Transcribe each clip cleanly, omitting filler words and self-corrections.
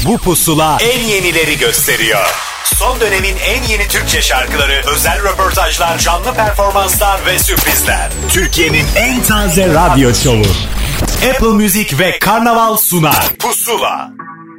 Bu pusula en yenileri gösteriyor. Son dönemin en yeni Türkçe şarkıları, özel röportajlar, canlı performanslar ve sürprizler. Türkiye'nin en taze radyo şovu. Apple Music ve Karnaval sunar. Pusula.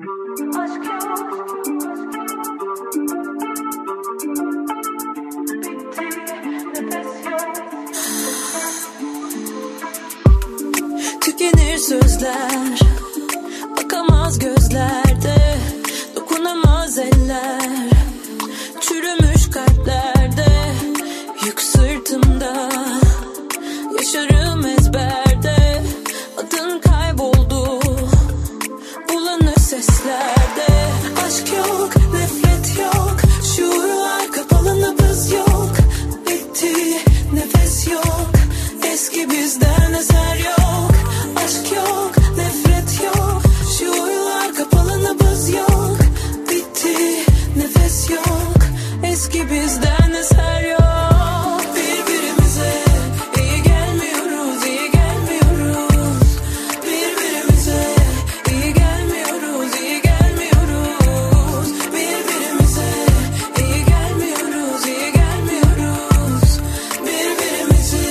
Tükenir sözler, bakamaz gözlerde, dokunamaz eller, çürümüş kalplerde, yük sırtımda, yaşarım ezberde, adın kayboldu, bulanır seslerde. Aşk yok, nefret yok, şuurlar kapalı, nabız yok, bitti, nefes yok, eski bizden eser yok. Aşk yok, nefret yok, şuurlar kapalı, nabız yok, bitti, nefes yok, eski bizden eser yok. Birbirimize iyi gelmiyoruz, iyi gelmiyoruz. Birbirimize iyi gelmiyoruz, iyi gelmiyoruz. Birbirimize iyi gelmiyoruz, iyi gelmiyoruz. Birbirimizi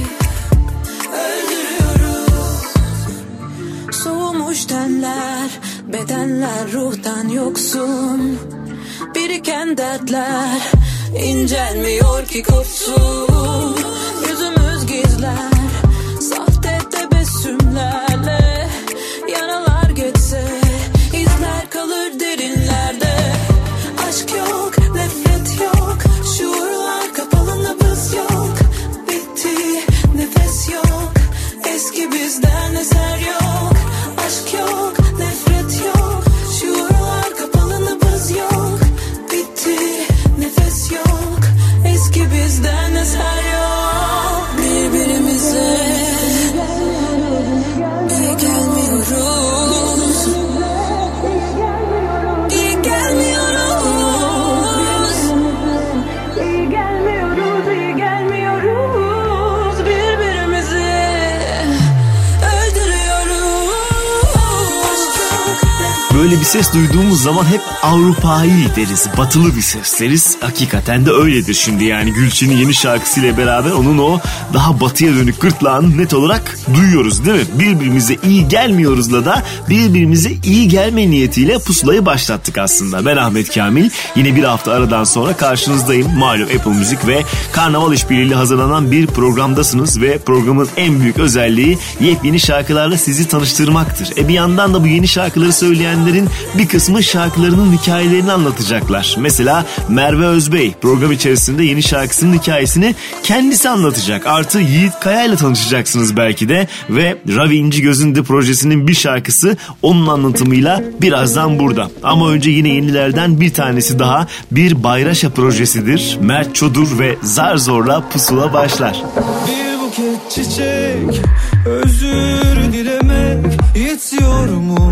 öldürüyoruz. Soğumuş tenler, bedenler ruhtan yoksun. Biriken dertler incelmiyor ki kopsun. Yüzümüz gizler sahte tebessümlerle. Yaralar geçse izler kalır derinlerde. Aşk yok, nefret yok, şuurlar kapalı, nabız yok, bitti, nefes yok, eski bizden eser yok. Aşk yok, nefret yok, şuurlar kapalı, nabız yok, bitti, nefes yok, eski bizden eser yok. Birbirimize iyi gelmiyoruz, iyi gelmiyoruz, iyi gelmiyoruz, iyi gelmiyoruz. Birbirimizi öldürüyoruz. Böyle bir ses duyduğumuz zaman hep Avrupa'yı deriz, batılı bir ses deriz. Hakikaten de öyledir şimdi, yani Gülçin'in yeni şarkısıyla beraber onun o daha batıya dönük gırtlağını net olarak duyuyoruz değil mi? Birbirimize iyi gelmiyoruzla da birbirimize iyi gelme niyetiyle pusulayı başlattık aslında. Ben Ahmet Kamil, yine bir hafta aradan sonra karşınızdayım. Malum Apple Music ve Karnaval işbirliğiyle hazırlanan bir programdasınız ve programın en büyük özelliği yepyeni şarkılarla sizi tanıştırmaktır. Bir yandan da bu yeni şarkıları söyleyenlerin bir kısmı şarkılarının hikayelerini anlatacaklar. Mesela Merve Özbey program içerisinde yeni şarkısının hikayesini kendisi anlatacak. Artı Yiğit Kaya ile tanışacaksınız belki de ve Ravi İncigöz'ün de projesinin bir şarkısı onun anlatımıyla birazdan burada. Ama önce yine yenilerden bir tanesi daha, bir Bayraşa projesidir. Mert Çodur ve Zar Zor'la Pusula başlar. Bir buket çiçek, özür dilemek yetiyor mu?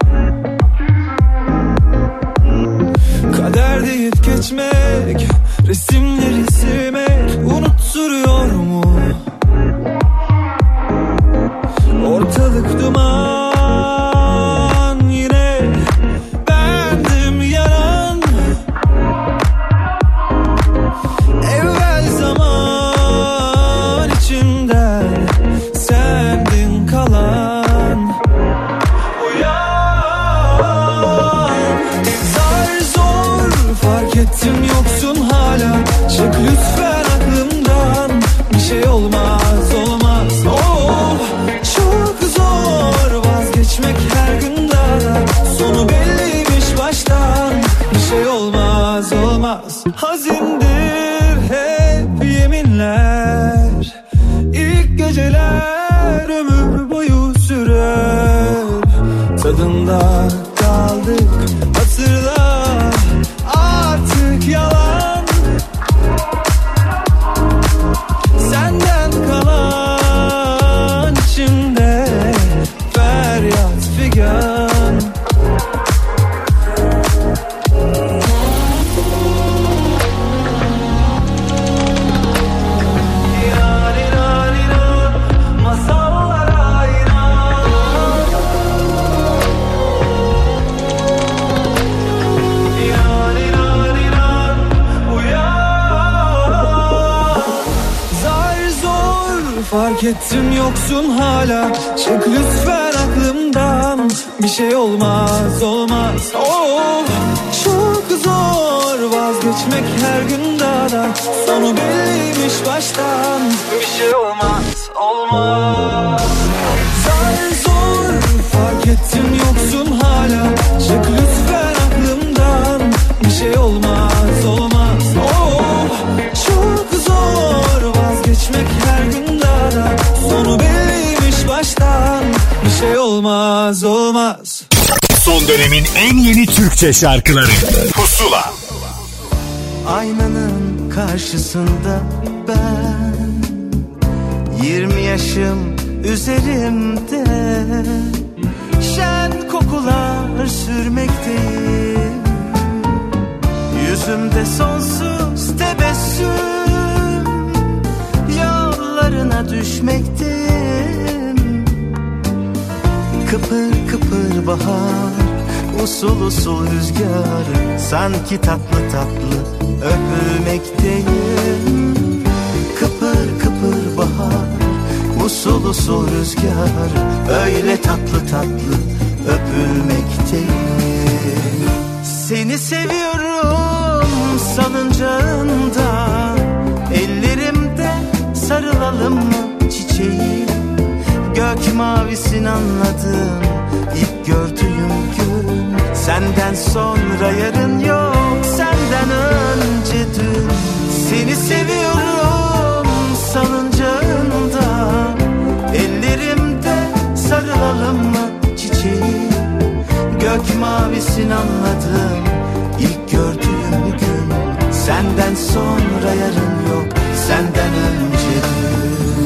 Kader deyip geçmek, resimleri silmek unutturuyor mu? Ortalık duman, yine bendim yanan. Evvel zaman içimden sendin kalan. Uyan, zar zor fark ettim yoksun hala. Çık lütfen aklımdan, bir şey olmaz olmaz. Oh, çok zor vazgeçmek her gün daha. Sonu belliymiş baştan, bir şey olmaz olmaz. Hazindir hep yeminler, İlk geceler ömür boyu sürer. Tadında kaldık, hatırla artık yalan. Senden kalan içimde feryat figan. Masallara inan. Fark ettim yoksun hala. Çık lütfen aklımdan. Bir şey olmaz olmaz. Oh, çok zor vazgeçmek her gün daha da. Sonu belliymiş baştan. Bir şey olmaz olmaz. Zar zor fark ettim yoksun hala. Çık lütfen aklımdan. Bir şey olmaz olmaz. Oh, çok zor vazgeçmek her gün daha da. Sonu belliymiş baştan. Bir şey olmaz olmaz. Son dönemin en yeni Türkçe şarkıları Pusula. Aynanın karşısında ben 20 yaşım üzerimde, şen kokular sürmekteyim. Yüzümde sonsuz tebessüm, yollarına düşmekteyim. Kıpır kıpır bahar, usul usul rüzgar, sanki tatlı tatlı öpülmekteyim. Kıpır kıpır bahar, usul usul rüzgar, öyle tatlı tatlı öpülmekteyim. Seni seviyorum salıncağında, ellerimde sarılalım mı çiçeği? Gök mavisini anladım ilk gördüğüm gün. Senden sonra yarın yok, senden önce dün. Seni seviyorum salıncağında, ellerimde sarılalım mı çiçeği? Gök mavisini anladım ilk gördüğüm gün. Senden sonra yarın yok, senden önce dün.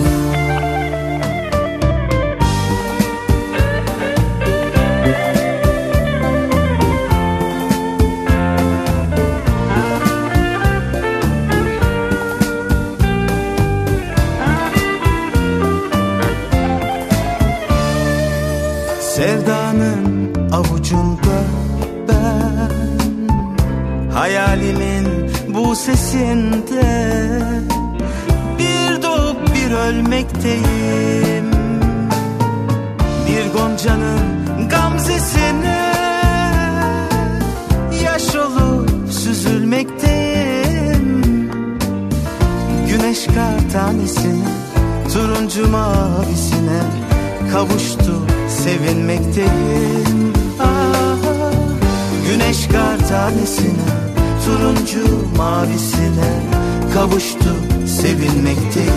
Sevdanın avucunda ben, hayalimin bu sesinde, bir doğup bir ölmekteyim. Bir goncanın gamzesine yaş olup süzülmekteyim. Güneş kar tanesine, turuncu mavisine kavuştu, sevinmekteyim. Ah, güneş kar tanesine, turuncu mavisine kavuştu, sevinmekteyim.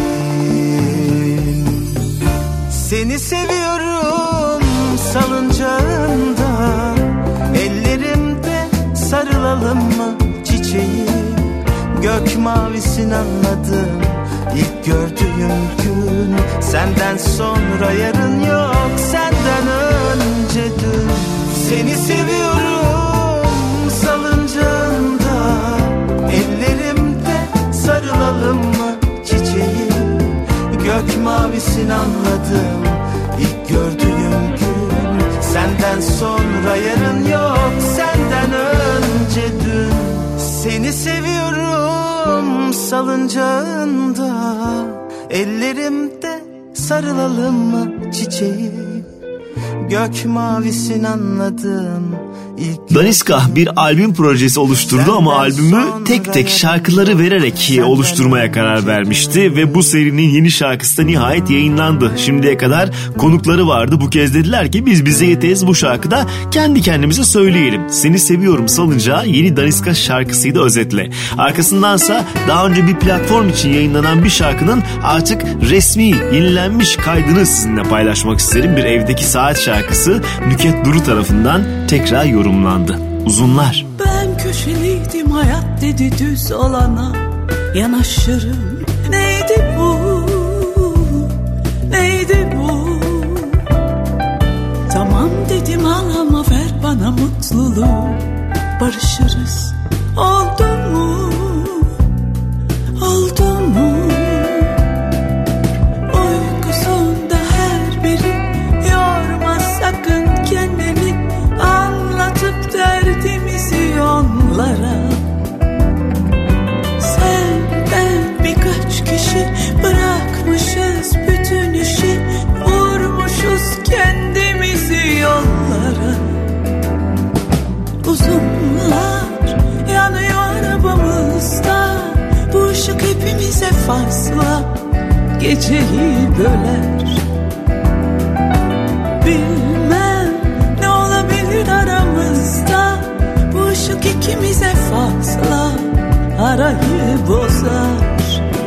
Seni seviyorum salıncağında, ellerimde sarılalım mı çiçeği? Gök mavisini anladım ilk gördüğüm gün. Senden sonra yarın yok, senden önce dün. Seni seviyorum salıncağında, ellerimde sarılalım mı çiçeği? Gök mavisini anladım ilk gördüğüm gün. Senden sonra yarın yok, senden önce dün. Seni seviyorum salıncağında, ellerimde sarılalım mı çiçeği? Gök mavisini anladım ilk. Daniska bir albüm projesi oluşturdu ama albümü tek tek şarkıları vererek oluşturmaya karar vermişti ve bu serinin yeni şarkısı da nihayet yayınlandı. Şimdiye kadar konukları vardı. Bu kez dediler ki biz bize yeteriz, bu şarkıda kendi kendimize söyleyelim. Seni seviyorum salıncağı yeni Daniska şarkısıydı özetle. Arkasındansa daha önce bir platform için yayınlanan bir şarkının artık resmi yenilenmiş kaydını sizinle paylaşmak isterim. Bir evdeki saat şarkısı Nüket Duru tarafından tekrar yorumlandı. Uzunlar. Ben köşeliydim, hayat dedi düz olana yanaşırım. Neydi bu? Neydi bu? Tamam dedim al ama ver bana mutluluğu. Barışırız. Oldu mu? Oldu mu? Uykusunda her biri yorma sakın kendini. Anlatıp derdimizi onlara. Senden birkaç kişi bırakmışız bütün Uzunlar yanıyor arabamızda, bu ışık hepimize fazla geceyi böler. Bilmem ne olabilir aramızda, bu ışık ikimize fazla arayı bozar.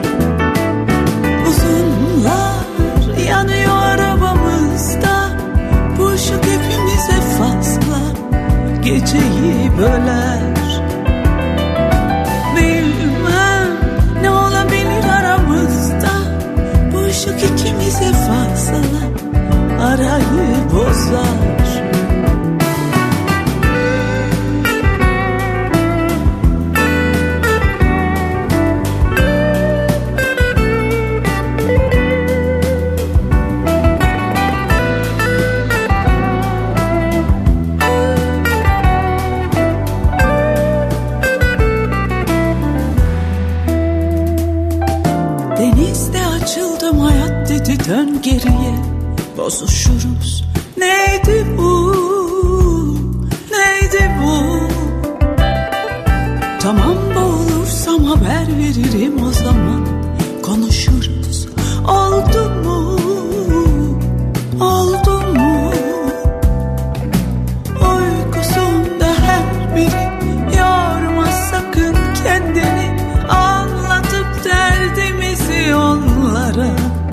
Uzunlar yanıyor arabamızda, bu ışık hepimize fazla geceyi böler. Bilmem ne olabilir aramızda, bu ışık ikimize fazla arayı bozar. Dön geriye, bozuşuruz. Neydi bu? Neydi bu? Tamam, boğulursam haber veririm, o zaman konuşuruz. Oldu mu? Oldu mu? Uykusunda her biri, yorma sakın kendini, anlatıp derdimizi onlara.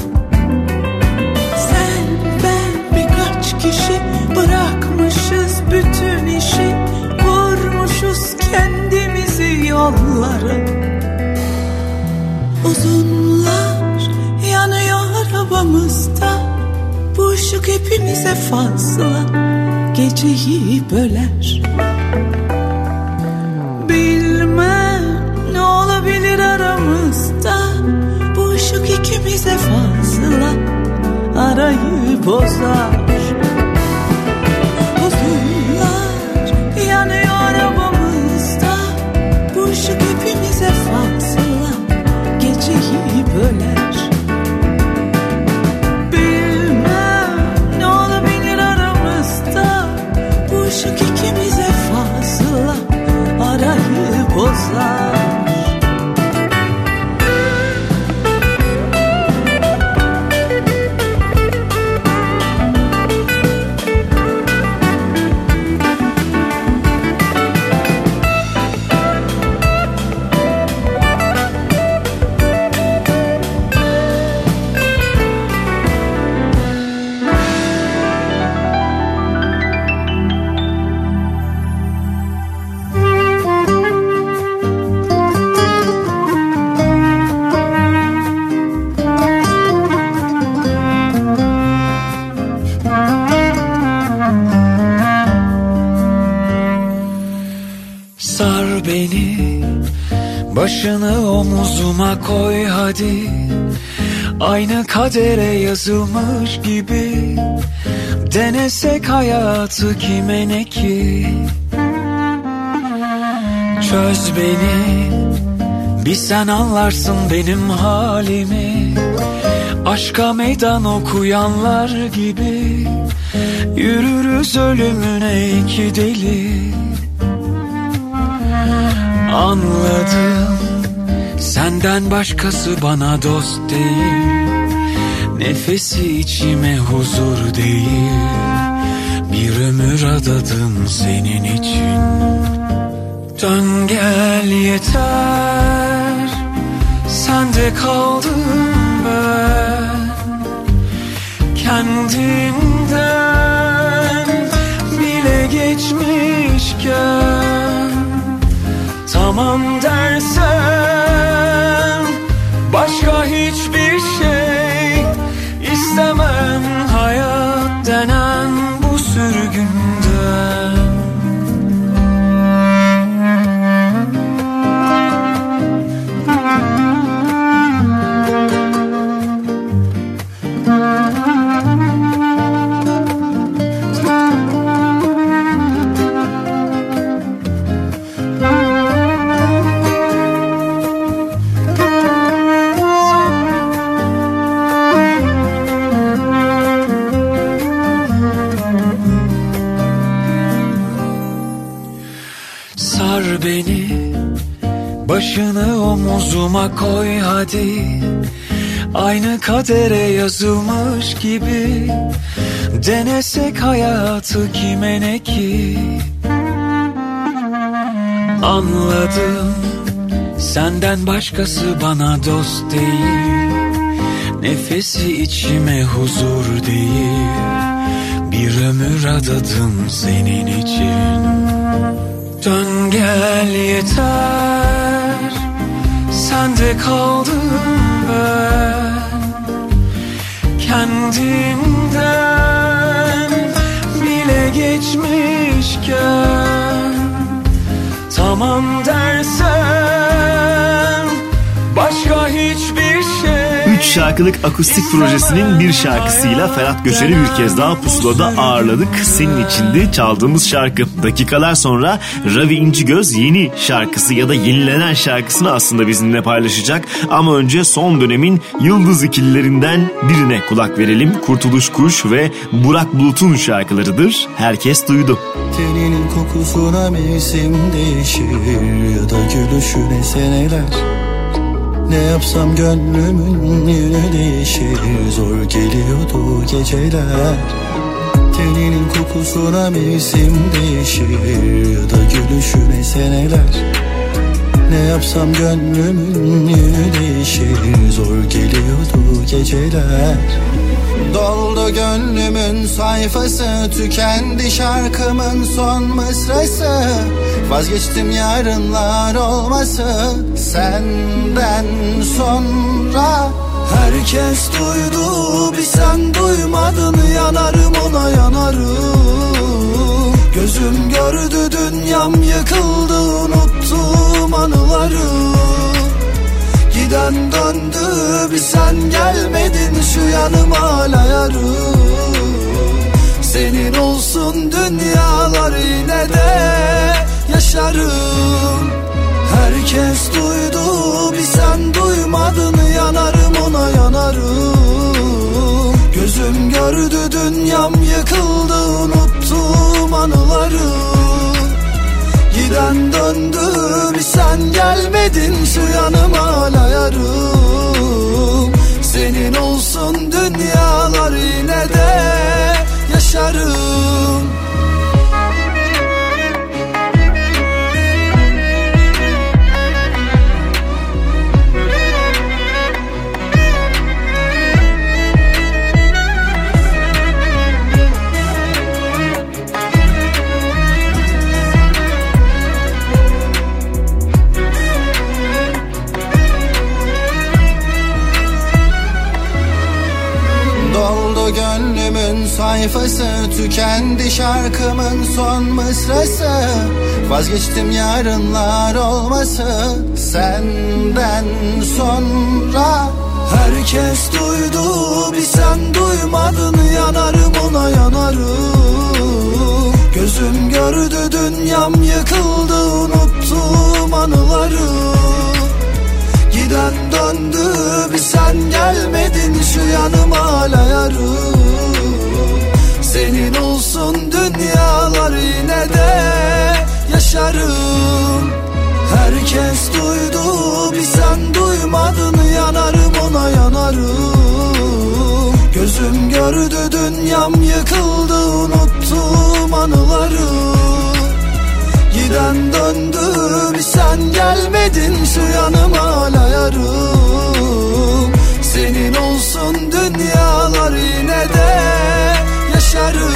Bırakmışız bütün işi, vurmuşuz kendimizi yollara. Uzunlar yanıyor arabamızda, bu ışık hepimize fazla geceyi böler. Bilmem ne olabilir aramızda, bu ışık ikimize fazla arayı bozar. Yanıyor arabamızda, bu ışık hepimize fazla geceyi böler. Bilmem ne olabilir aramızda, bu ışık ikimize fazla arayı bozar. Başını omuzuma koy hadi, aynı kadere yazılmış gibi. Denesek hayatı kime ne ki? Çöz beni, bir sen anlarsın benim halimi. Aşka meydan okuyanlar gibi, yürürüz ölümüne iki deli. Anladım, senden başkası bana dost değil. Nefesi içime huzur değil. Bir ömür adadım senin için. Dön gel yeter, sende kaldım ben. Kendimden bile geçmişken, tamam dersen başka hiçbir şey istemem hayat denen bu sürgünden. Sar beni, başını omuzuma koy hadi. Aynı kadere yazılmış gibi denesek hayatı kime ne ki. Anladım, senden başkası bana dost değil. Nefesi içime huzur değil. Bir ömür adadım senin için. Dön gel yeter, sende kaldım ben. Kendimden bile geçmişken tamam dersen başka hiçbir şey. 3 şarkılık akustik projesinin bir şarkısıyla Ferhat Göçer'i bir kez daha Pusula'da ağırladık. Senin içindi çaldığımız şarkı. Dakikalar sonra Ravi İncigöz yeni şarkısı ya da yenilenen şarkısını aslında bizimle paylaşacak. Ama önce son dönemin yıldız ikililerinden birine kulak verelim. Kurtuluş Kuş ve Burak Bulut'un şarkılarıdır. Herkes duydu. Teninin kokusuna mevsim değişir ya da gülüşüne seneler. Ne yapsam gönlümün yönü değişir. Zor geliyordu geceler. Teninin kokusuna mevsim değişir ya da gülüşüne seneler. Ne yapsam gönlümün yönü değişir. Zor geliyordu geceler. Doldu gönlümün sayfası, tükendi şarkımın son mısrası. Vazgeçtim yarınlar olması senden sonra. Herkes duydu bir sen duymadın, yanarım ona yanarım. Gözüm gördü dünyam yıkıldı, unuttum anıları. Giden döndü bir sen gelmedin, şu yanıma hala yarım. Senin olsun dünyalar yine de yaşarım. Herkes duydu bir sen duymadın, yanarım ona yanarım. Gözüm gördü dünyam yıkıldı, unuttum anıları. Giden döndü bir sen gelmedin, şu yanıma hala yarım. Senin olsun dünyalar yine de yaşarım. Gönlümün sayfası, tükendi şarkımın son mısrası. Vazgeçtim yarınlar olması senden sonra. Herkes duydu bir sen duymadın, yanarım ona yanarım. Gözüm gördü dünyam yıkıldı, unuttum anıları. Giden döndü bir sen gelmedin, şu yanıma hala yarım. Senin olsun dünyalar yine de yaşarım. Herkes duydu bir sen duymadın, yanarım ona yanarım. Gözüm gördü dünyam yıkıldı, unuttum anıları. Giden döndü bir sen gelmedin, şu yanıma hala yarım. Senin olsun dünyalar yine de yaşarım.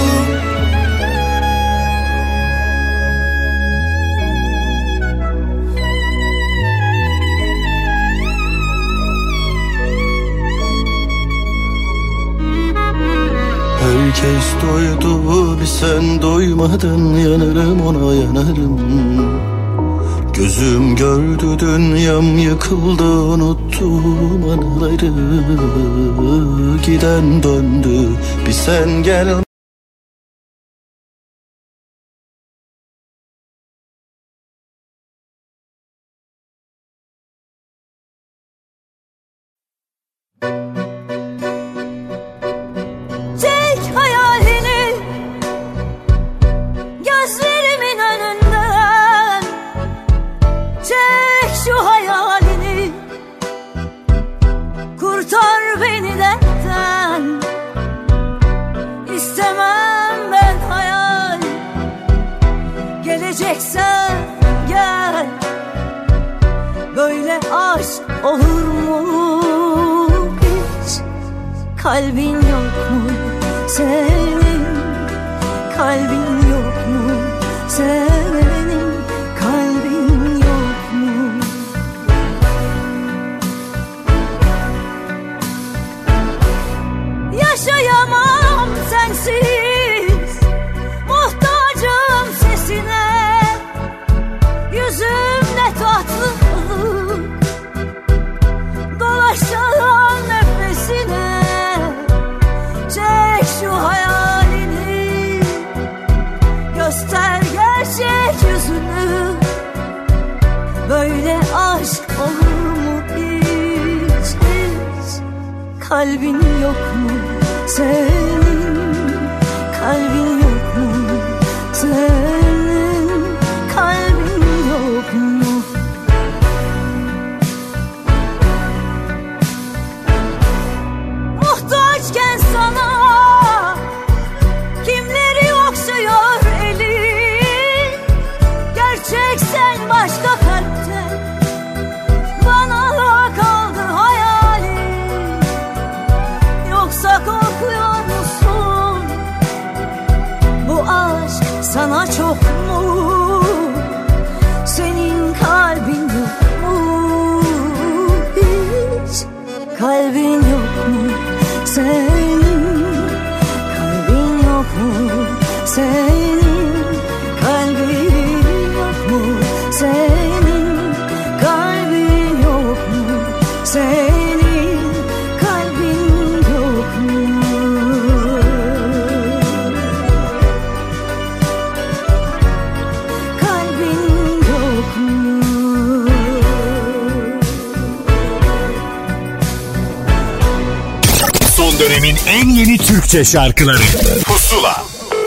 Herkes doydu bir sen doymadın, yanarım ona yanarım. Gözüm gördü dünyam yıkıldı, unuttum anıları. Giden döndü bir sen gel. Tek hayalini gözlerimin önünde geleceksen gel. Böyle aşk olur mu hiç? Kalbin yok mu senin? Kalbin yok mu senin? Kalbin yok mu? Yaşayamam sensiz, muhtacım sesine. Yüzümde tatlılık, dolaşan nefesine. Çek şu hayalini, göster gerçek yüzünü. Böyle aşk olur mu hiç, hiç? Kalbin yok mu senin? Kalbin yok mu senin? Kalbin yok mu? Muhtaçken sana kimleri okşuyor elin? Gerçek sen başka kalpte, bana kaldı hayalin. Yoksa korkuyor musun? Bu aşk sana çok mu? Senin kalbin yok mu hiç? Kalbin yok mu senin? Kalbin yok mu senin? Kalbin yok mu senin? Kalbin yok mu senin? Kalbin yok mu? Kalbin yok mu? Son dönemin en yeni Türkçe şarkıları Pusula.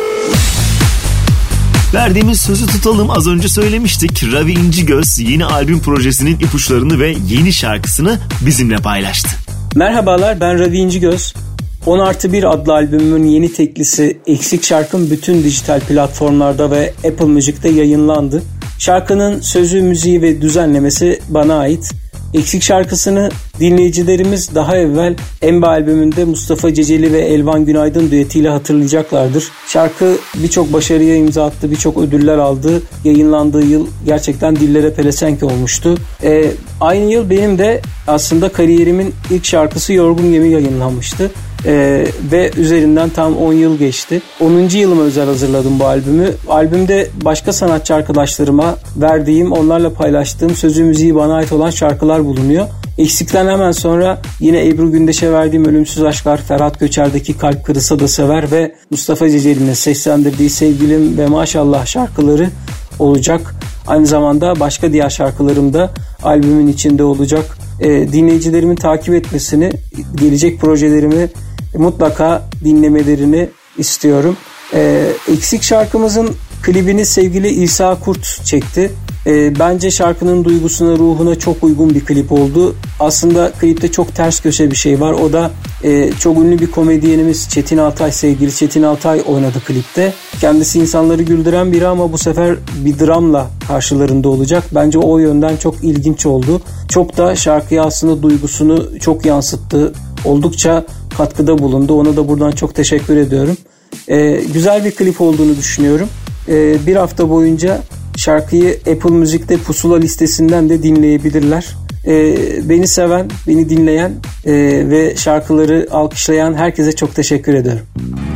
Verdiğimiz sözü tutalım. Az önce söylemiştik. Ravi İncigöz yeni albüm projesinin ipuçlarını ve yeni şarkısını bizimle paylaştı. Merhabalar, ben Ravi İncigöz. 10+1 adlı albümümün yeni teklisi Eksik şarkım bütün dijital platformlarda ve Apple Music'te yayınlandı. Şarkının sözü, müziği ve düzenlemesi bana ait. Eksik şarkısını dinleyicilerimiz daha evvel Embe albümünde Mustafa Ceceli ve Elvan Günaydın düetiyle hatırlayacaklardır. Şarkı birçok başarıya imza attı, birçok ödüller aldı. Yayınlandığı yıl gerçekten dillere pelesenk olmuştu. Aynı yıl benim de aslında kariyerimin ilk şarkısı Yorgun Gemi yayınlanmıştı. Ve üzerinden tam 10 yıl geçti. 10. yılıma özel hazırladım bu albümü. Albümde başka sanatçı arkadaşlarıma verdiğim, onlarla paylaştığım sözü müziği bana ait olan şarkılar bulunuyor. Eksikten hemen sonra yine Ebru Gündeş'e verdiğim Ölümsüz Aşklar, Ferhat Göçer'deki Kalp Kırılsa da Sever ve Mustafa Ceceli'nin seslendirdiği Sevgilim ve Maşallah şarkıları olacak. Aynı zamanda başka diğer şarkılarım da albümün içinde olacak. Dinleyicilerimin takip etmesini, gelecek projelerimi mutlaka dinlemelerini istiyorum. Eksik şarkımızın klibini sevgili İsa Kurt çekti. Bence şarkının duygusuna, ruhuna çok uygun bir klip oldu. Aslında klipte çok ters köşe bir şey var. O da çok ünlü bir komedyenimiz Çetin Altay, sevgili Çetin Altay oynadı klipte. Kendisi insanları güldüren biri ama bu sefer bir dramla karşılarında olacak. Bence o yönden çok ilginç oldu. Çok da şarkıya aslında duygusunu çok yansıttı. Oldukça katkıda bulundu. Ona da buradan çok teşekkür ediyorum. Güzel bir klip olduğunu düşünüyorum. Bir hafta boyunca şarkıyı Apple Music'te Pusula listesinden de dinleyebilirler. Beni seven, beni dinleyen ve şarkıları alkışlayan herkese çok teşekkür ederim.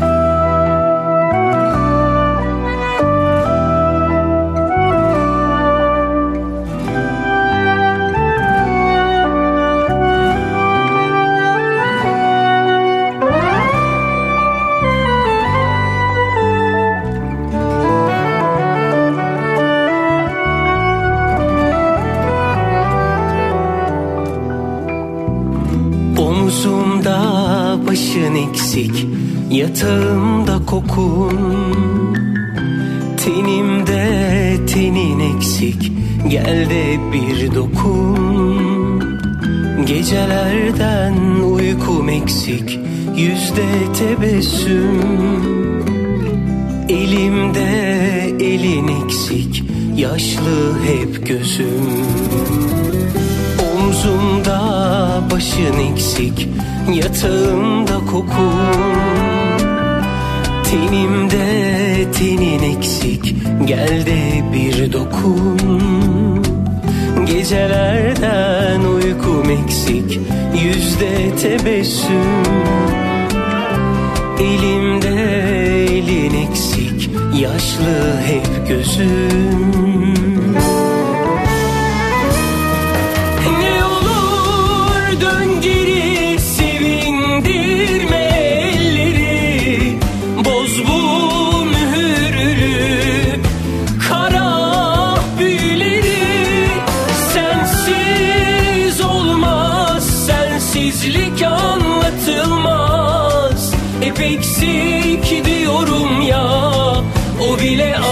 Eksik, yatağımda kokun, tenimde tenin eksik, gel de bir dokun. Gecelerden uykum eksik, yüzde tebessüm, elimde elin eksik, yaşlı hep gözüm. Omzumda başın eksik, yatağımda kokun. Tenimde tenin eksik, gel de bir dokun. Gecelerden uykum eksik, yüzde tebessüm. Elimde elin eksik, yaşlı hep gözüm. Ne olur dön geri, sevindirme elleri. Boz bu mühürlü kara büyüleri. Sensiz olmaz, sensizlik anlatılmaz. Hep eksik diyorum ya, o bile az.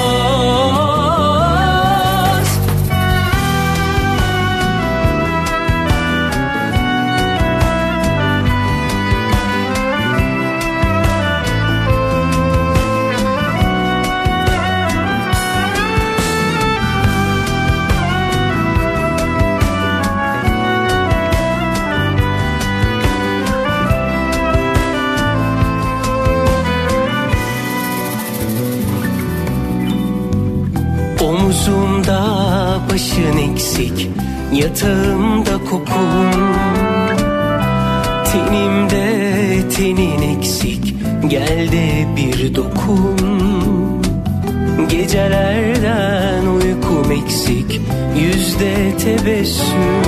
Omzumda başın eksik, yatağımda kokun. Tenimde tenin eksik, gel de bir dokun. Gecelerden uykum eksik, yüzde tebessüm.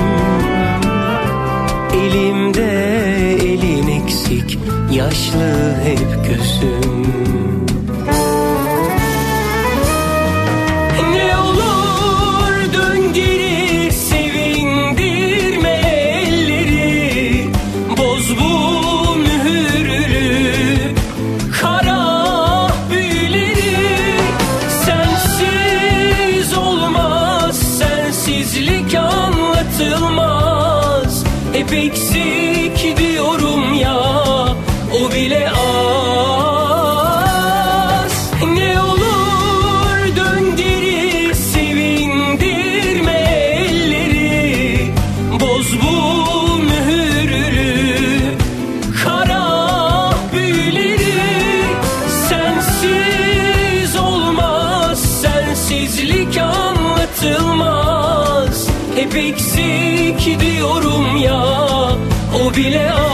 Elimde elin eksik, yaşlı hep gözüm. Hep eksik diyorum ya, o bile az. Ne olur dön geri, sevindirme elleri. Boz bu mühürlü kara büyüleri. Sensiz olmaz, sensizlik anlatılmaz. Hep eksik diyorum ya, o bile az.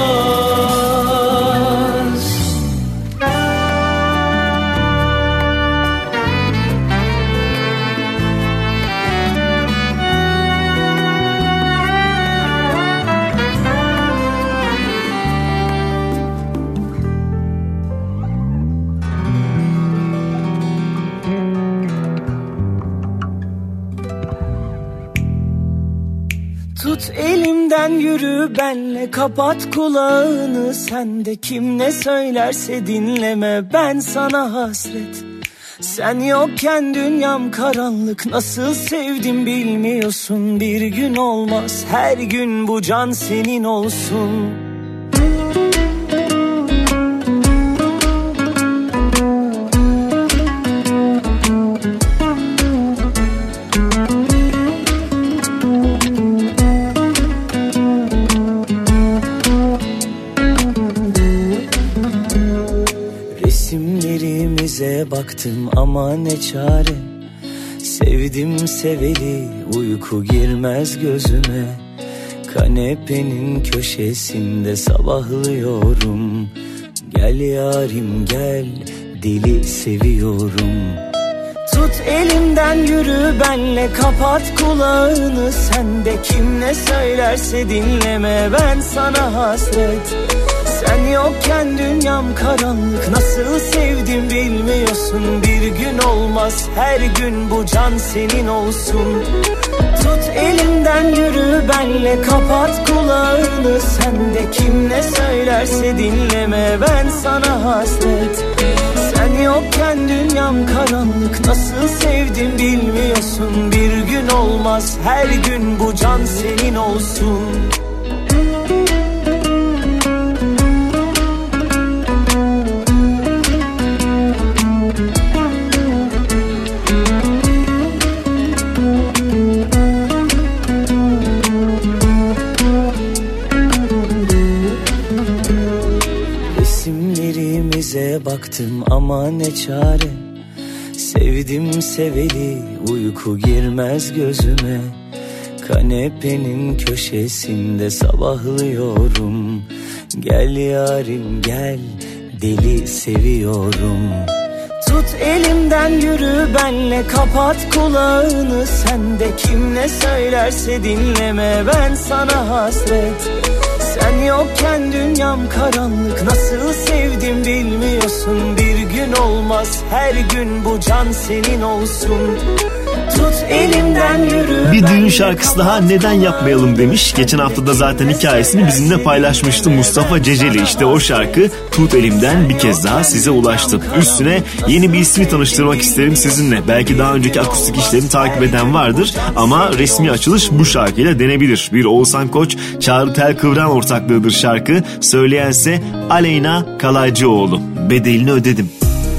Tut elimden yürü benle, kapat kulağını sen de. Kim ne söylerse dinleme, ben sana hasret. Sen yokken dünyam karanlık, nasıl sevdim bilmiyorsun. Bir gün olmaz, her gün bu can senin olsun. Baktım ama ne çare, sevdim seveli, uyku girmez gözüme. Kanepenin köşesinde sabahlıyorum. Gel yarim gel, deli seviyorum. Tut elimden yürü benle, kapat kulağını sen de. Kim ne söylerse dinleme, ben sana hasret. Sen yokken dünyam karanlık, nasıl sevdim bilmiyorsun. Bir gün olmaz, her gün bu can senin olsun. Tut elimden yürü benle, kapat kulağını sen de. Kim ne söylerse dinleme, ben sana hasret. Sen yokken dünyam karanlık, nasıl sevdim bilmiyorsun. Bir gün olmaz, her gün bu can senin olsun. bıktım ama ne çare. Sevdim seveli uyku girmez gözüme. Kanepenin köşesinde sabahlıyorum. Gel yarim gel, deli seviyorum. Tut elimden yürü benle, kapat kulağını. Sen de kim ne söylerse dinleme, ben sana hasret. Sen yokken dünyam karanlık, nasıl sevdim bilmiyorsun. Bir gün olmaz her gün bu can senin olsun. Tut elimden yürü. Bir düğün şarkısı daha neden yapmayalım demiş. Geçen hafta da zaten hikayesini bizimle paylaşmıştı Mustafa Ceceli. İşte o şarkı Tut Elimden bir kez daha size ulaştı. Üstüne yeni bir ismi tanıştırmak isterim sizinle. Belki daha önceki akustik işlerini takip eden vardır ama resmi açılış bu şarkıyla denebilir. Bir Oğuzhan Koç, Çağrı Telkıvran ortaklığıdır şarkı. Söyleyense Aleyna Kalaycıoğlu. Bedelini ödedim.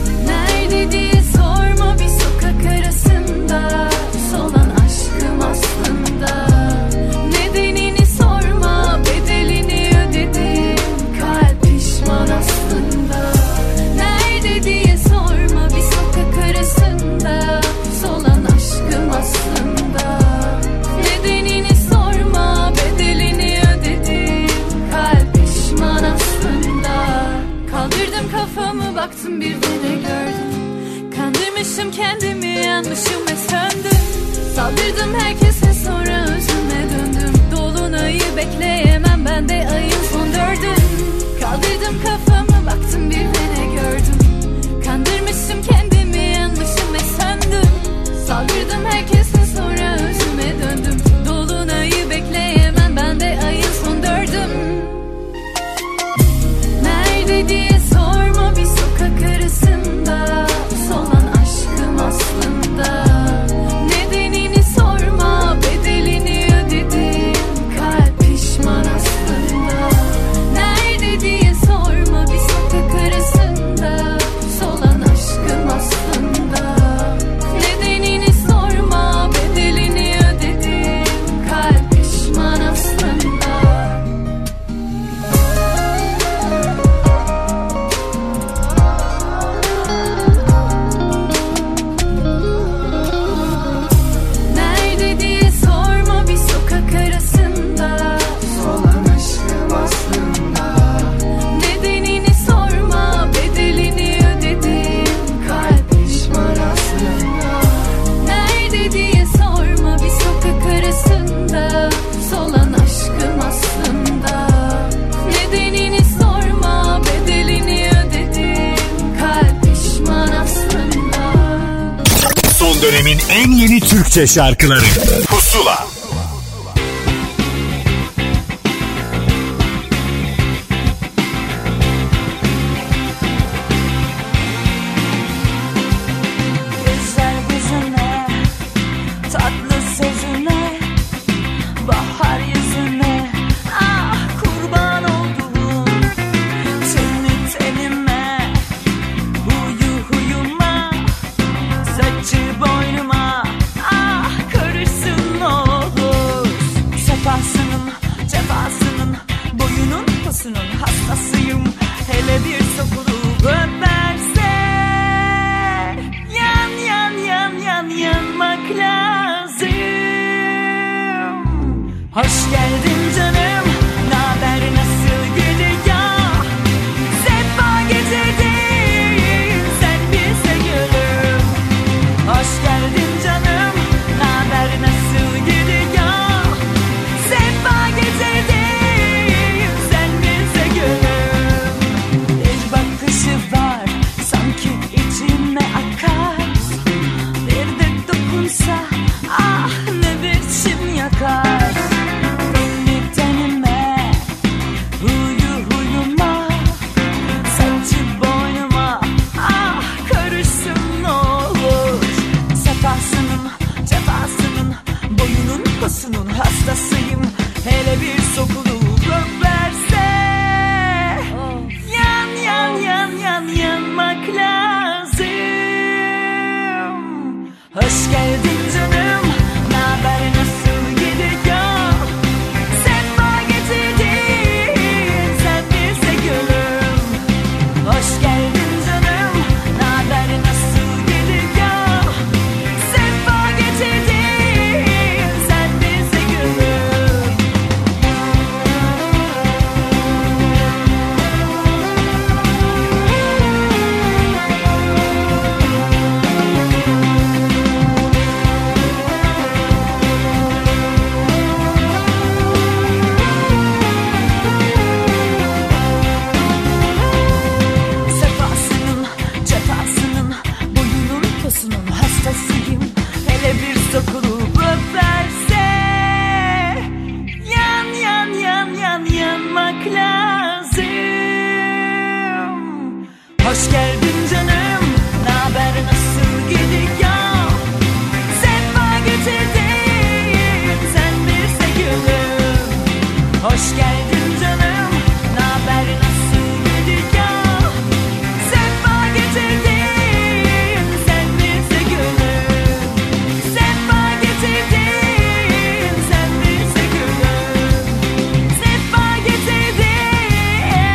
Baktım bir de gördüm. Kandırmışım kendimi, yanmışım ve söndüm. Saldırdım herkese, sonra özüme döndüm. Dolunayı bekleyemem, ben de ayın son dördüm. Kaldırdım kafamı, baktım bir de gördüm. Kandırmışım kendimi, yanmışım ve söndüm. Saldırdım herkese, sonra özüme döndüm. Dolunayı bekleyemem, ben de ayın son dördüm. Nerede diye sorma, bir sokak arasında solan aşkım aslında. Nedenini sorma, bedelini ödedim. Kalp pişman aslında. Nerede diye sorma, bir sokak arasında solan aşkım aslında. Nedenini sorma, bedelini ödedim. Kalp pişman aslında. Nerede diye sorma, bir sokak arasında solan aşkım aslında. Nedenini sorma, bedelini ödedim. Kalp pişman aslında. Nerede diye sorma, bir sokak arasında solan aşkım aslında. Nedenini sorma, bedelini ödedim. Kalp pişman aslında. Son dönemin en yeni Türkçe şarkıları Pusula. Güzel yüzüne, tatlı sözüne, bahar yüzüne, ah kurban oldum. Teni tenime, huyu huyuma, saçı boynuma, ah karışsın olur. Sefasının, cefasının, boyunun posunun hastasıyım. Hele bir sokulup öperse, yan yan yan yan yanmak lazım. Hoş geldin canım, naber nasıl gidiyor? Sefa getirdin sen bize gülüm. Hoş geldin canım, naber nasıl gidiyor? Sefa getirdin sen bize gülüm. Bir bakışı var sanki içime akar. Bir de dokunsa ah ne biçim yakar. Tenli tenime, huyu huyuma, saçı boynuma, ah karışsın olur. Sefasının, cefasının, boyunun posunun hastasıyım. Hele bir sokulup öperse, yan yan yan yan yanmak lazım. Hoş geldin canım, naber nasıl gidiyor? Sefa getirdin sen bize gülüm. Hoş geldin canım,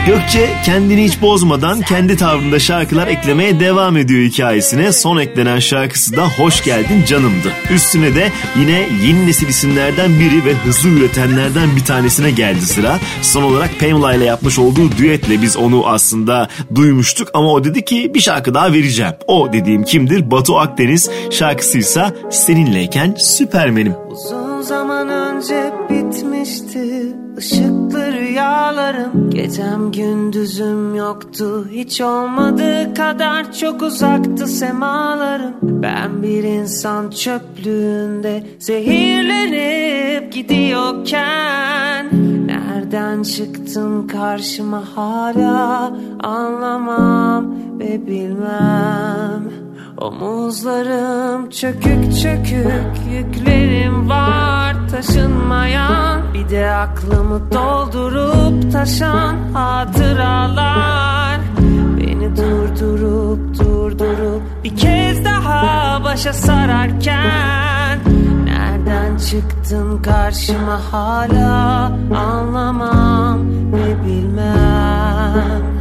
Gökçe kendini hiç bozmadan kendi tavrında şarkılar eklemeye devam ediyor hikayesine. Son eklenen şarkısı da Hoş Geldin Canım'dı. Üstüne de yine yeni nesil isimlerden biri ve hızlı üretenlerden bir tanesine geldi sıra. Son olarak Pamela ile yapmış olduğu düetle biz onu aslında duymuştuk ama o dedi ki bir şarkı daha vereceğim. O dediğim kimdir? Batu Akdeniz, şarkısıysa Seninleyken Süpermenim. Uzun zaman önce bitmişti ışıklı rüyalarım. Gecem gündüzüm yoktu, hiç olmadığı kadar çok uzaktı semalarım. Ben bir insan çöplüğünde zehirlenip gidiyorken nereden çıktın karşıma hala anlamam ve bilmem. Omuzlarım çökük çökük, yüklerim var taşınmayan. Bir de aklımı doldurup taşan hatıralar. Beni durdurup bir kez daha başa sararken nereden çıktın karşıma hala anlamam ve bilmem.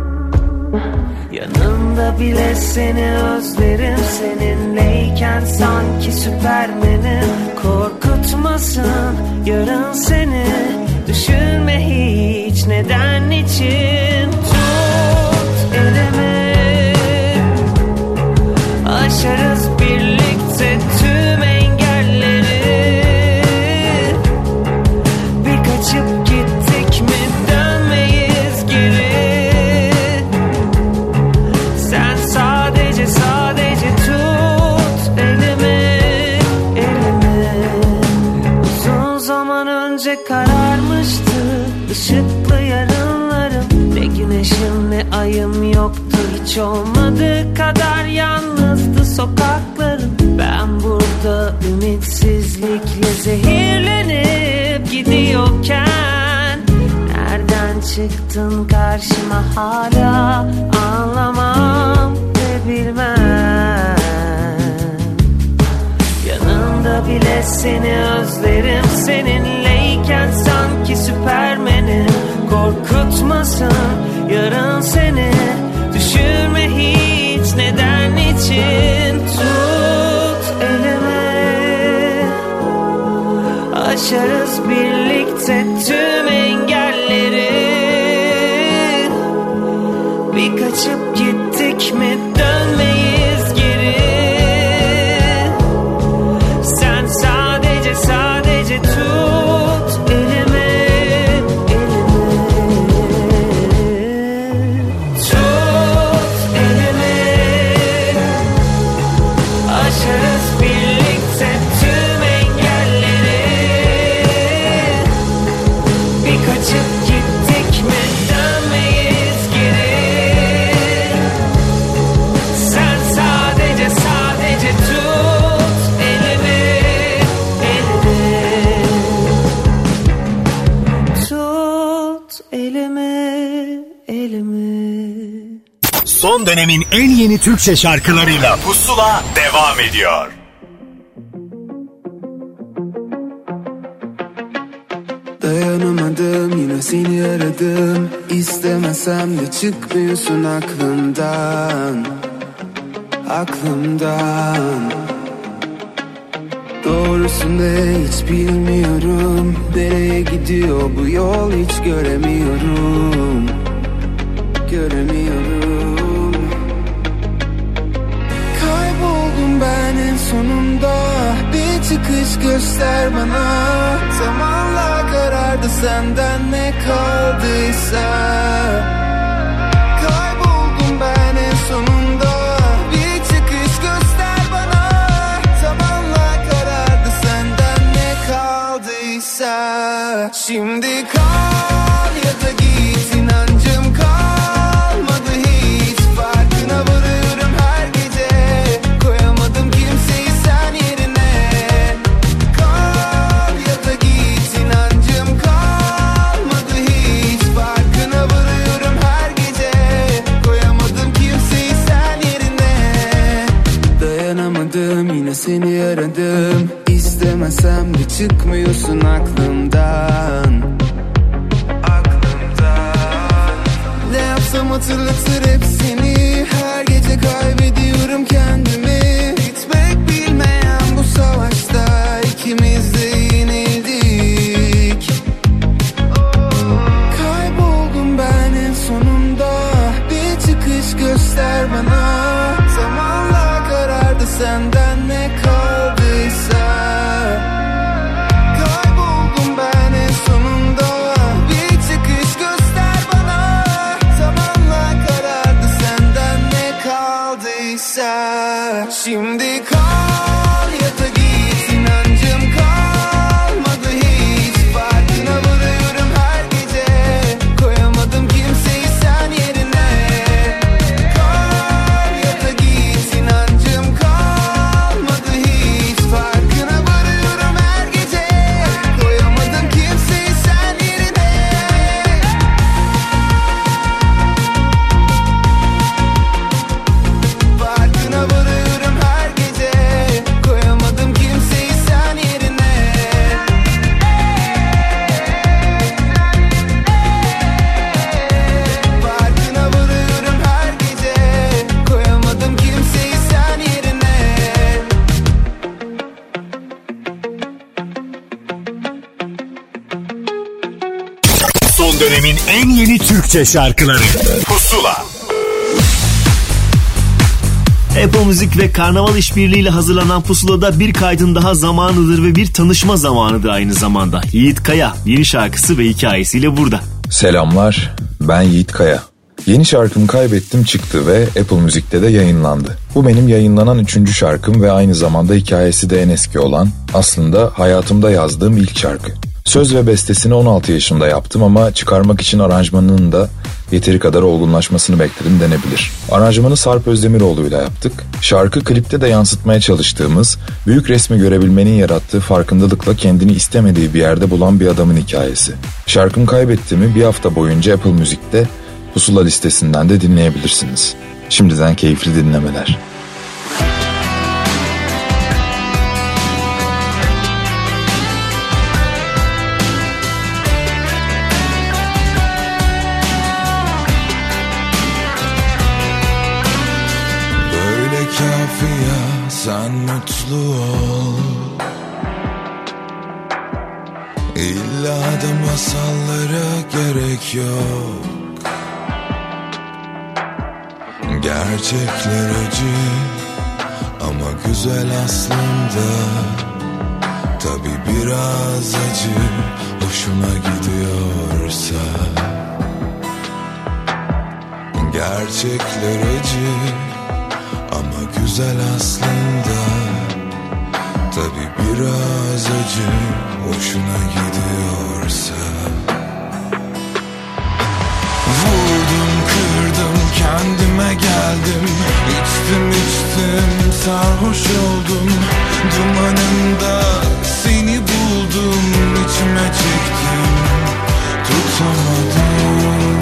Yanımda bile seni özlerim, seninleyken sanki Süpermen'im. Korkutmasın yarın seni, düşünme hiç neden için. Tut elimi, aşarız birlikte tüm engelleri. Bir kaçıp gittik mi dönmeyiz geri. Sadece tut elimi. Uzun zaman önce kararmıştı ışıklı yarınlarım. Ne güneşim ne ayım yoktu, hiç olmadığı kadar yalnızdı sokaklarım. Ben burada ümitsizlikle zehirlenip gidiyorken nereden çıktın karşıma hala anlamam ve bilmem. Yanımda bile seni özlerim, seninleyken sanki Süpermen'im. Korkutmasın yarın seni, düşünme hiç neden için. Tut elimi, aşarız birlikte tüm engelleri. Bir kaçıp gittik mi dönmeyiz geri. Sen sadece tut elimi. Tut elimi, aşarız birlikte tüm engelleri. Bir kaçıp gittik mi dönmeyiz geri. Sen sadece tut elimi. Tut elimi. Son dönemin en yeni Türkçe şarkılarıyla Pusula devam ediyor. Dayanamadım, yine seni aradım. İstemesem de çıkmıyorsun aklımdan. Doğrusu ne hiç bilmiyorum. Nereye gidiyor bu yol hiç göremiyorum. Kayboldum ben en sonunda. Bir çıkış göster bana. Zamanla karardı senden ne kaldıysa. Kayboldum ben en sonunda. Bir çıkış göster bana. Zamanla karardı senden ne kaldıysa. Şimdi kal ya da git, inancım kalmadı hiç. Farkına varıyorum her gece. Koyamadım kimseyi sen yerine. Kal ya da git, inancım kalmadı hiç. Farkına varıyorum her gece. Koyamadım kimseyi sen yerine. Dayanamadım, yine seni aradım. İstemesem de çıkmıyorsun aklımdan. Şarkım hatırlatır hep seni. Her gece kaybediyorum kendimi. Bitmek bilmeyen bu savaşta ikimiz de yenildik. Kayboldum ben en sonunda. Bir çıkış göster bana. Zamanla karardı senden ne kaldıysa. Kayboldum ben en sonunda. Bir çıkış göster bana. Zamanla karardı senden ne kaldıysa. Şimdi kal ya da git, inancım kalmadı hiç. Farkına varıyorum her gece. Koyamadım kimseyi sen yerine. Kal ya da git, inancım kalmadı hiç. Farkına varıyorum her gece. Koyamadım kimseyi sen yerine. Farkına varıyorum her gece. Koyamadım kimseyi sen yerine. Farkına varıyorum her gece. Koyamadım kimseyi sen yerine. Son dönemin en yeni Türkçe şarkıları Pusula. Apple Müzik ve Karnaval işbirliğiyle hazırlanan Pusula'da bir kaydın daha zamanıdır ve bir tanışma zamanıdır aynı zamanda. Yiğit Kaya yeni şarkısı ve hikayesiyle burada. Selamlar, ben Yiğit Kaya. Yeni şarkım Kaybettim çıktı ve Apple Müzik'te de yayınlandı. Bu benim yayınlanan 3. şarkım ve aynı zamanda hikayesi de en eski olan, aslında hayatımda yazdığım ilk şarkı. Söz ve bestesini 16 yaşımda yaptım ama çıkarmak için aranjmanının da yeteri kadar olgunlaşmasını bekledim denebilir. Aranjmanı Sarp Özdemiroğlu'yla yaptık. Şarkı klipte de yansıtmaya çalıştığımız, büyük resmi görebilmenin yarattığı farkındalıkla kendini istemediği bir yerde bulan bir adamın hikayesi. Şarkım Kaybettim'i bir hafta boyunca Apple Müzik'te Pusula listesinden de dinleyebilirsiniz. Şimdiden keyifli dinlemeler. Böyle kafi ya, sen mutlu ol. İlla da masallara gerek yok. Gerçekler acı ama güzel aslında. Tabi biraz acı hoşuna gidiyorsa. Gerçekler acı ama güzel aslında. Tabi biraz acı hoşuna gidiyorsa. Vurdum kırdım kendime geldim. İçtim sarhoş oldum. Dumanında seni buldum. İçime çektim tutamadım.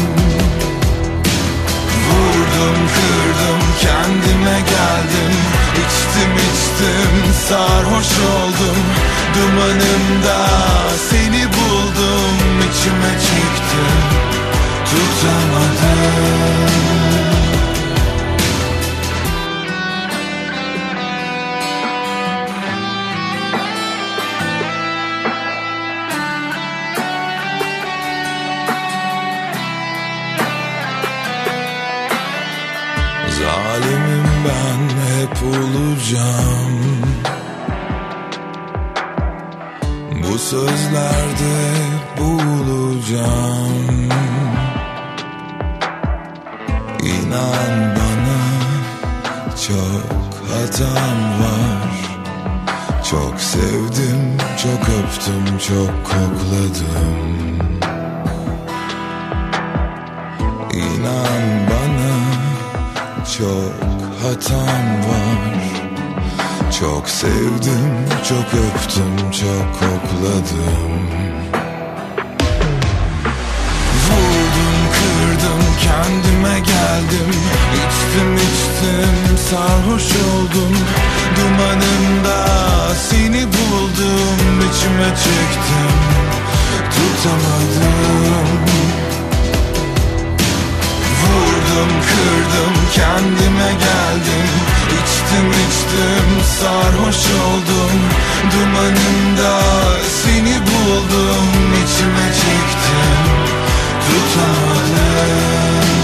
Vurdum kırdım kendime geldim. İçtim sarhoş oldum. Dumanımda seni buldum. İçime çektim tutamadım. Zalimim ben hep olacağım. Bu sözlerde boğulacağım. İnan bana çok hatam var. Çok sevdim, çok öptüm, çok kokladım. İnan bana çok hatam var. Çok sevdim, çok öptüm, çok kokladım. Vurdum kırdım kendime geldim. İçtim sarhoş oldum. Dumanında seni buldum. İçime çektim tutamadım. sarhoş oldum. Dumanında seni buldum, içime çektim, tutamadım.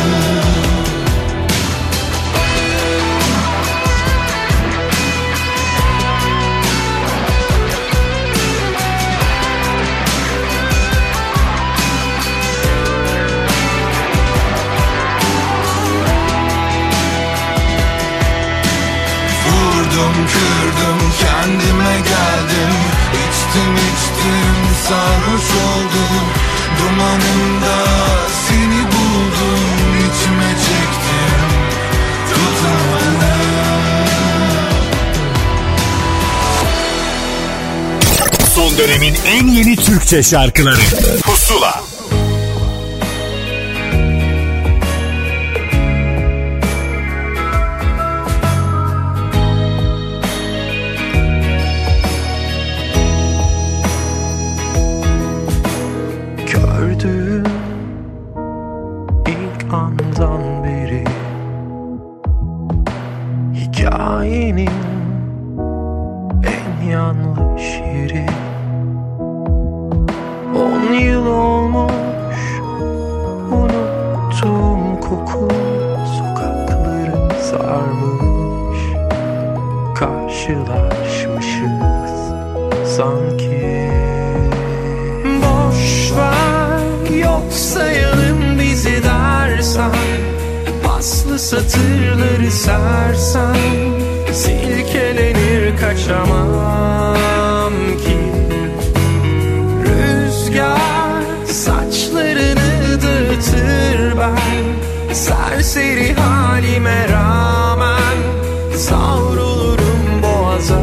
Kırdım, kendime geldim. İçtim, sarhoş oldum. Dumanında seni buldum, içime çektim, tutamadım. Son dönemin en yeni Türkçe şarkıları Pusula. Andan beri hikayenin en yanlış yeri. 10 yıl olmuş unuttuğum koku sokakları sarmış. Karşılaşmışız sanki. Boş ver, yok sayalım bizi dersen, paslı satırları sersen, silkelenir kaçamam ki. Rüzgar saçlarını dağıtır, ben serseri halime rağmen savrulurum boğaza.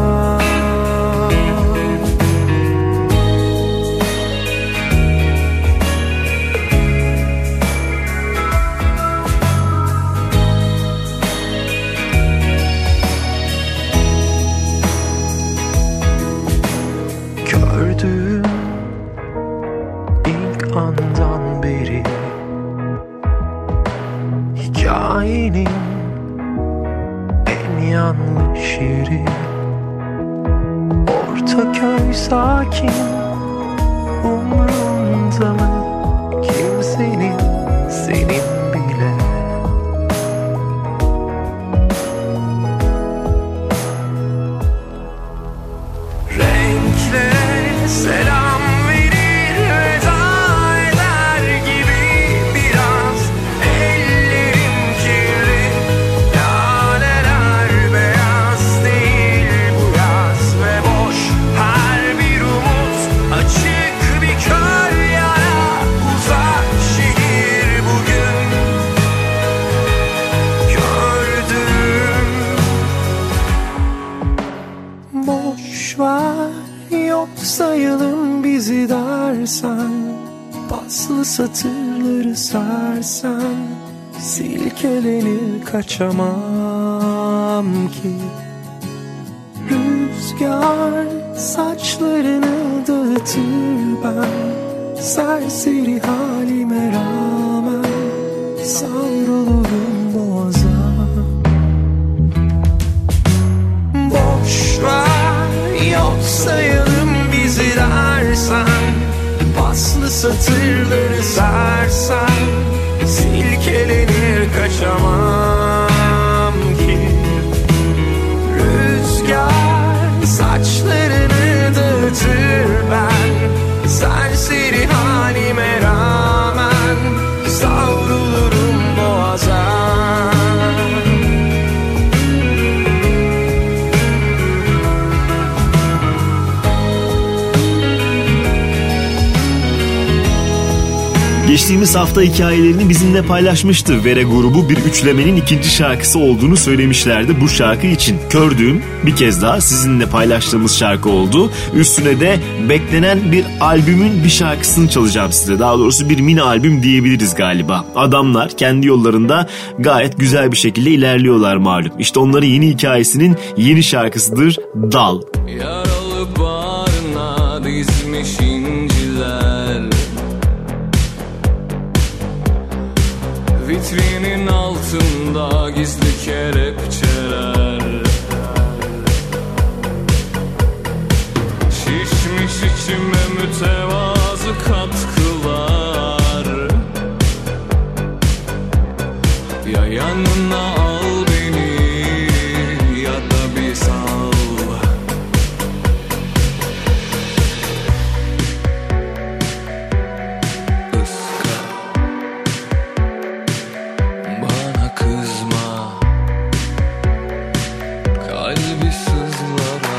Andan beri hikayenin en yanlış yeri. Ortaköy sakin, umrunda mı kimsenin, senin bile. Renklere selam sayalım bizi dersen, paslı satırları sersen, silkelenir kaçamam ki. Rüzgar saçlarını dağıtır, ben serseri halime rağmen savrulurum boğaza. Boş ver, yok sayalım bizi dersen, paslı satırları sersen, silkelenir kaçamam ki. Rüzgar saçlarını dağıtır, ben serseri halime rağmen savrulurum boğaza. Geçtiğimiz hafta hikayelerini bizimle paylaşmıştı. Vere grubu bir üçlemenin ikinci şarkısı olduğunu söylemişlerdi bu şarkı için. Kördüğüm bir kez daha sizinle paylaştığımız şarkı oldu. Üstüne de beklenen bir albümün bir şarkısını çalacağım size. Daha doğrusu bir mini albüm diyebiliriz galiba. Adamlar kendi yollarında gayet güzel bir şekilde ilerliyorlar malum. İşte onların yeni hikayesinin yeni şarkısıdır Dal. Yaralı bağrına dizmiş inciler, vitrinin altında gizli kelepçeler. Şişmiş içime mütevazı katkılar. Ya yanına al beni ya da bir sal. Iska, bana kızma. Kalbi sızlara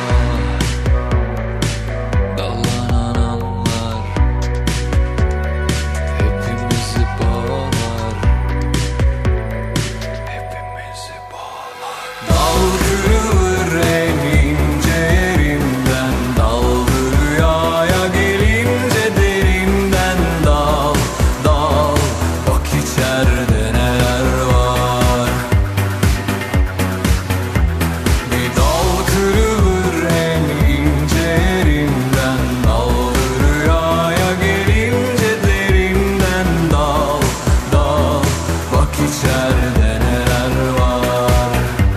dallanan anlar hepimizi bağlar, hepimizi bağlar. Dal kırılır en ince yerinden, daldır rüyaya gelince derinden. Dal, dal, bak içeride neler var. Bir dal kırılır en ince yerinden, daldır rüyaya gelince derinden. Dal, dal, bak içeride neler var.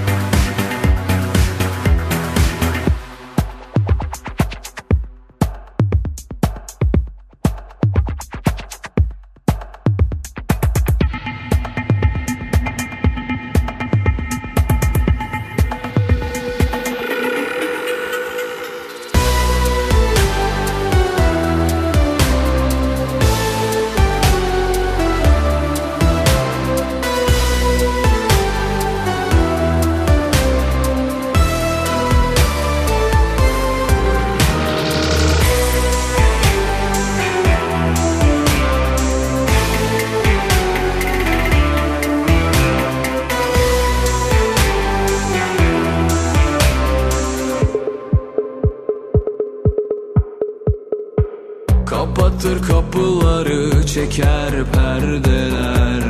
Kapatır kapıları, çeker perdeler.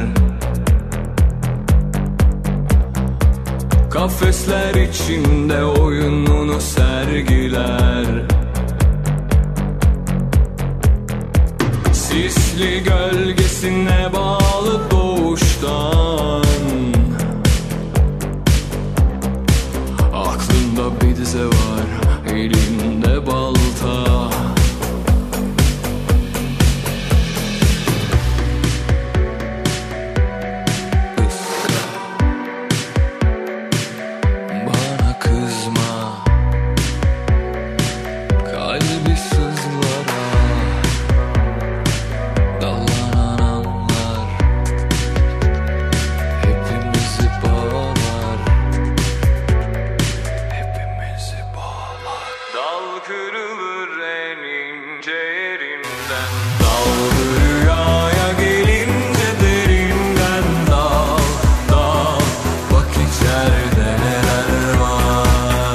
Kafesler içinde oyununu sergiler. Sisli gölgesine bağlı doğuştan. Aklında bir dize var, elinde balta. Bana kızma, kalbi sızlara dallanan anlar hepimizi bağlar, hepimizi bağlar. Dal kırılır en ince yerinden, daldır rüyaya gelince derinden. Dal, dal, bak içeride neler var.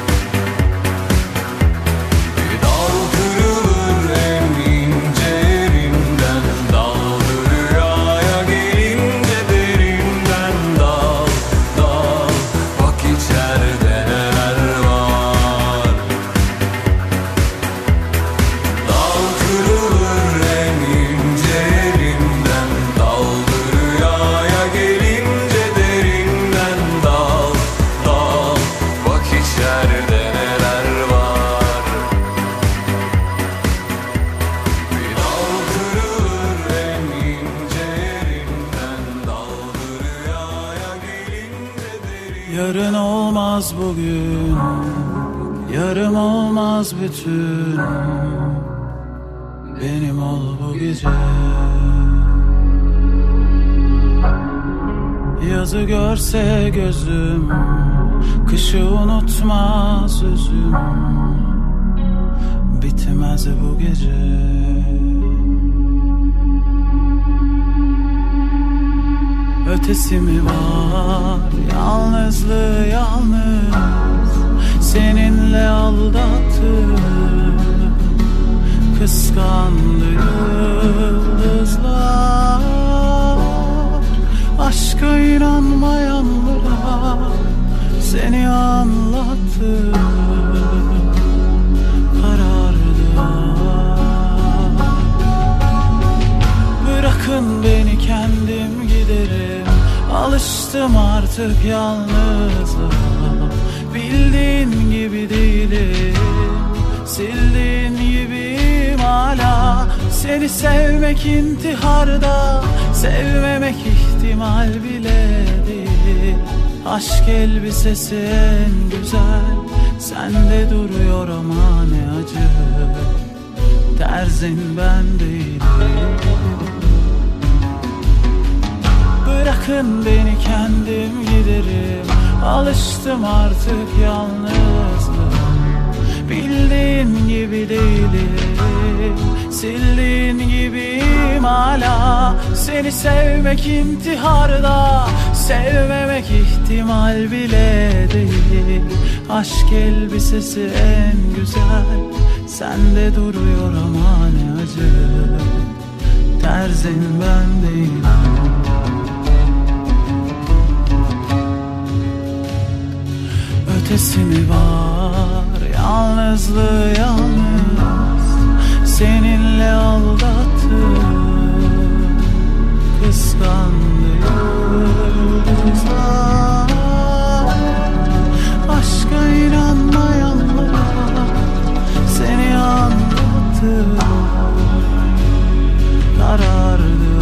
Bir dal kırılır en ince yerinden, daldır rüyaya gelince derinden. Dal, dal, bak içeride neler var. Dal kırılır en ince yerinden, daldır rüyaya gelince derinden. Dal, dal, bak içeride neler var. Bir dal kırılır en ince yerinden, daldır rüyaya gelince derinden. Yarın olmaz bugün, yarım olmaz bütün. Benim ol bu gece. Yazı görse gözüm, kışı unutmaz özüm. Bitmez bu gece. Ötesi mi var, yalnızlığı yalnız. Seninle aldattım, kıskandı yıldızlar. Aşka inanmayanlara seni anlattım, karardılar. Bırakın beni kendim giderim, alıştım artık yalnızlığa. Bildiğin gibi değilim, Sildiğin gibiyim hala. Seni sevmek intiharda, sevmemek ihtimal bile değil. Aşk elbisesi en güzel, sende duruyor ama ne acı. Terzin ben değilim. Bırakın beni kendim giderim. Alıştım artık yalnızlığa. Bildiğin gibi değilim, sildiğin gibiyim hala. Seni sevmek intiharda, sevmemek ihtimal bile değil. Aşk elbisesi en güzel, sende duruyor ama ne acı. Terzin ben değilim. Ötesi mi var yalnızlığı, yalnız seninle aldattım, kıskandı yıldızlar. Aşka inanmayanlara seni anlattım, karardı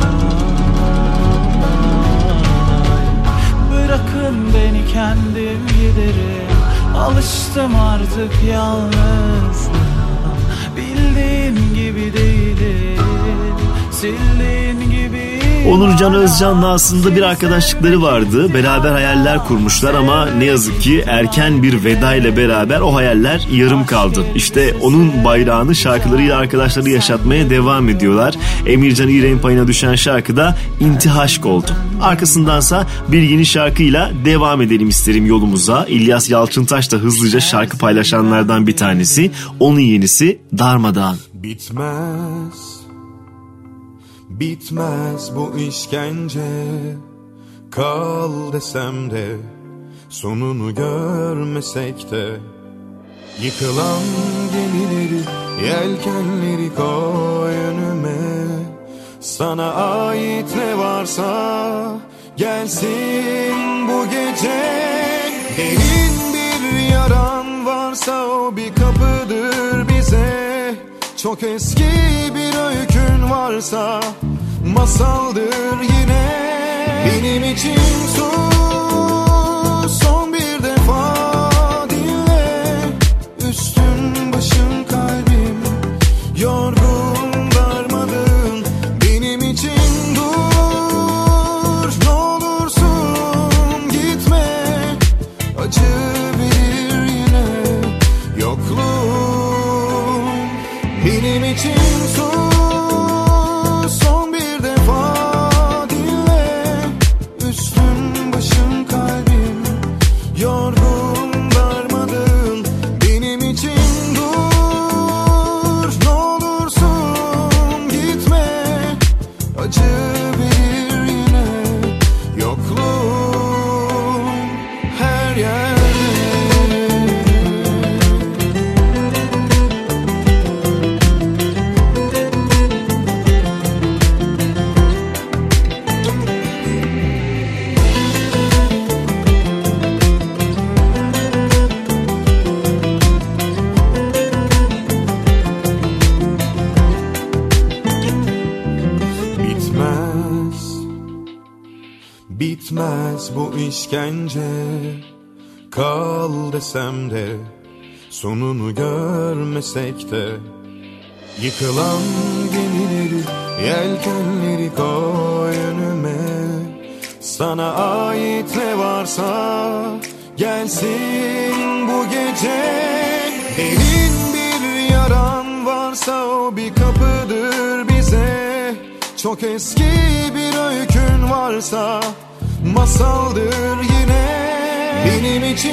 ay. Bırakın beni kendim giderim. Alıştım artık yalnızlığa. Bildiğin gibi değilim, sildiğin gibi. Onurcan Özcan'la aslında bir arkadaşlıkları vardı. Beraber hayaller kurmuşlar ama ne yazık ki erken bir veda ile beraber o hayaller yarım kaldı. İşte onun bayrağını şarkılarıyla arkadaşları yaşatmaya devam ediyorlar. Emircan İğrek'in payına düşen şarkı da İntihaşk oldu. Arkasındansa bir yeni şarkıyla devam edelim isterim yolumuza. İlyas Yalçıntaş da hızlıca şarkı paylaşanlardan bir tanesi. Onun yenisi Darmadağın. Bitmez, bitmez bu işkence. Kal desem de, sonunu görmesek de. Yıkılan gemileri, yelkenleri koy önüme. Sana ait ne varsa gelsin bu gece. Derin bir yaran varsa o bir kapıdır bize. Çok eski bir öykün varsa masaldır yine. Benim için sus, son bir defa dinle. Üstün başın kalbim yorgun darmadağın. Benim için dur, ne olursun gitme. Acı verir yine yokluğum. Benim için sus, son bir defa dinle. Üstün başın kalbim yorgun darmadağın. Benim için dur, ne olursun gitme. Acı verir yine yokluğum her yerde. Bitmez, bitmez bu işkence. Kal desem de, sonunu görmesek de. Yıkılan gemileri, yelkenleri koy önüme. Sana ait ne varsa gelsin bu gece. Derin bir yaran varsa o bir kapıdır bize. Çok eski bir öykün varsa masaldır yine. Benim için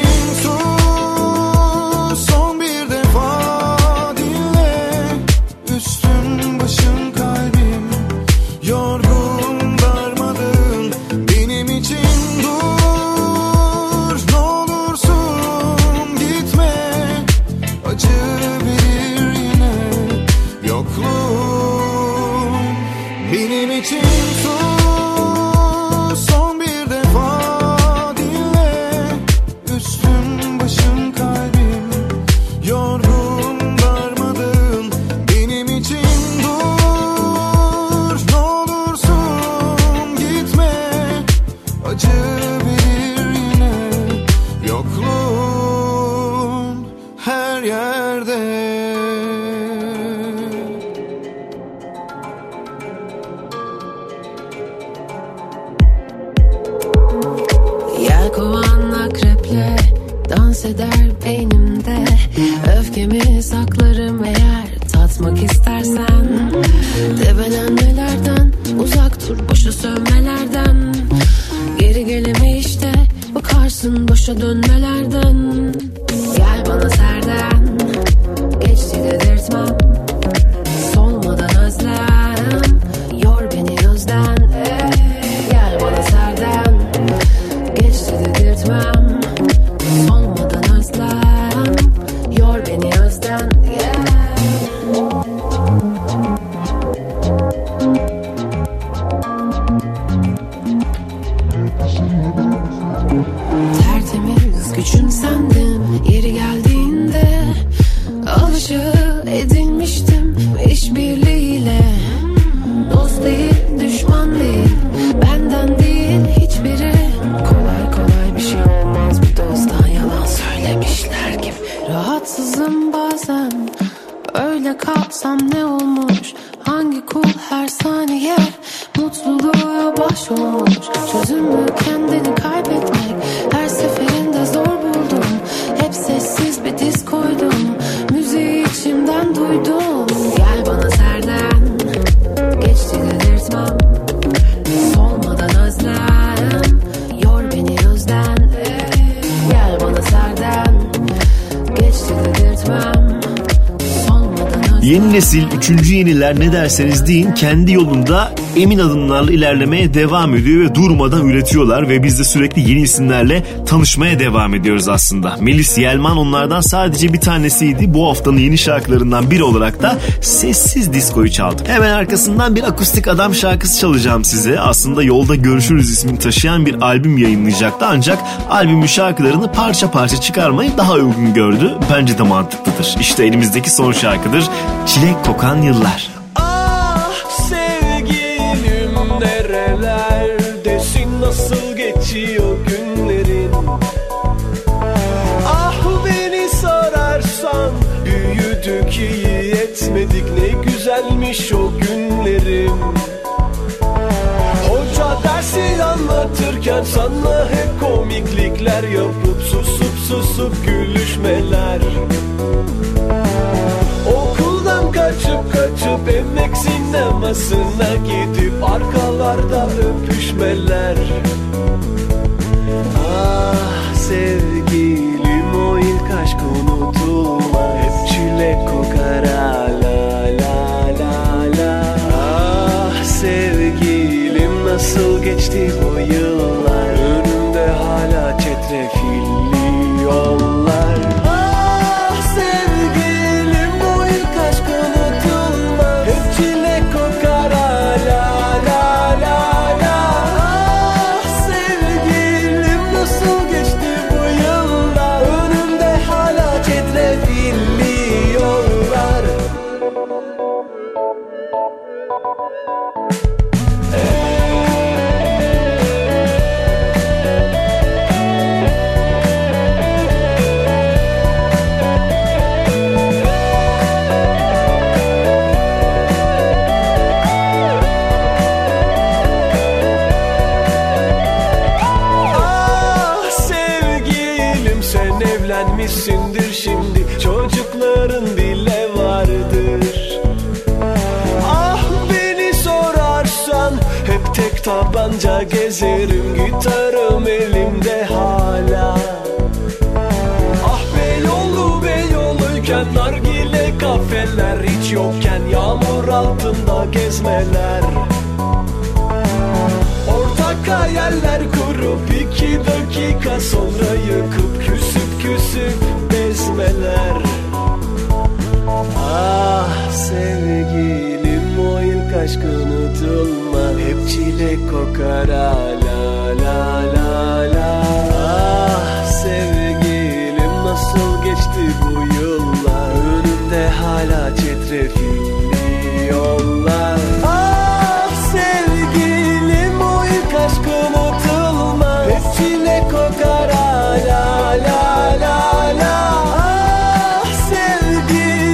sus, son bir defa dinle. Üstün başın kalbim yorgun darmadağın. Benim için dur, ne olursun gitme. Acı verir yine yokluğum. Benim için sus, son bir defa dinle. Üstün başın kalbim Yelkovan akreple dans eder beynimde. Öfkemi saklarım eğer tatmak istersen. Debelenmelerden uzak dur, boşa sönmelerden. Geri geleme işte, bakarsın boşa dönmelerden. Gel bana serden, geçti dedirtmem. Solmadan özlem, yor beni özden. Gel bana serden, geçti dedirtmem. Solmadan özlem, yor beni özden. Tertemiz gücün sendin, yeri geldiğinde alışık edilmiştim işbirliğiyle. Dost değil, düşman değil, benden değil hiçbiri. Kolay kolay bir şey olmaz bir dosttan, yalan söylemişler gibi. Rahatsızım bazen, öyle kalsam ne olmuş? Hangi kul her saniye mutluluğa başvurmuş? Çözüm mü kendini kaybetmek? Her seferinde zor buldum. Hep sessiz bir diz koydum. Müziği içimden duydum. Gel bana serden, geçti dedirtmem. Solmadan özlem, yor beni özden. Gel bana serden, geçti dedirtmem. Yeni nesil, üçüncü yeniler ne derseniz deyin kendi yolunda emin adımlarla ilerlemeye devam ediyor ve durmadan üretiyorlar ve biz de sürekli yeni isimlerle tanışmaya devam ediyoruz aslında. Melis Yelman onlardan sadece bir tanesiydi. Bu haftanın yeni şarkılarından biri olarak da Sessiz Disko'yu çaldım. Hemen arkasından bir akustik adam şarkısı çalacağım size. Aslında Yolda Görüşürüz ismini taşıyan bir albüm yayınlayacaktı ancak albümün şarkılarını parça parça çıkarmayı daha uygun gördü. Bence de mantıklıdır. İşte elimizdeki son şarkıdır. Çilek Kokan Yıllar. Ah sevgilim nerelerdesin, nasıl geçiyor günlerin? Ah beni sorarsan büyüdük iyi etmedik, ne güzelmiş o günlerim. Hoca dersi anlatırken sana hep komiklikler yapıp susup gülüşmeler. Kaçıp emek sinemasına gidip arkalarda öpüşmeler. Ah sevgilim o ilk aşk unutulmaz, hep çilek kokar la la la la. Ah sevgilim nasıl geçti bu yıllar, önümde hala çetrefilli yollar. Evlenmişsindir şimdi, çocukların bile vardır. Ah beni sorarsan hep tek tabanca gezerim, gitarım elimde hala. Ah Beyoğlu'yken nargile kafeler, hiç yokken yağmur altında gezmeler. Ortak hayaller kurup 2 dakika sonra yıkıp küsüp bezmeler. Ah sevgilim o ilk aşk unutulma, hep çilek kokar la la la la. Ah sevgilim nasıl geçti bu yıllar, önümde hala çetrefilli yollar. Ah sevgilim o ilk aşk unutulma, hep çilek kokar la la la la. Ah sevgilim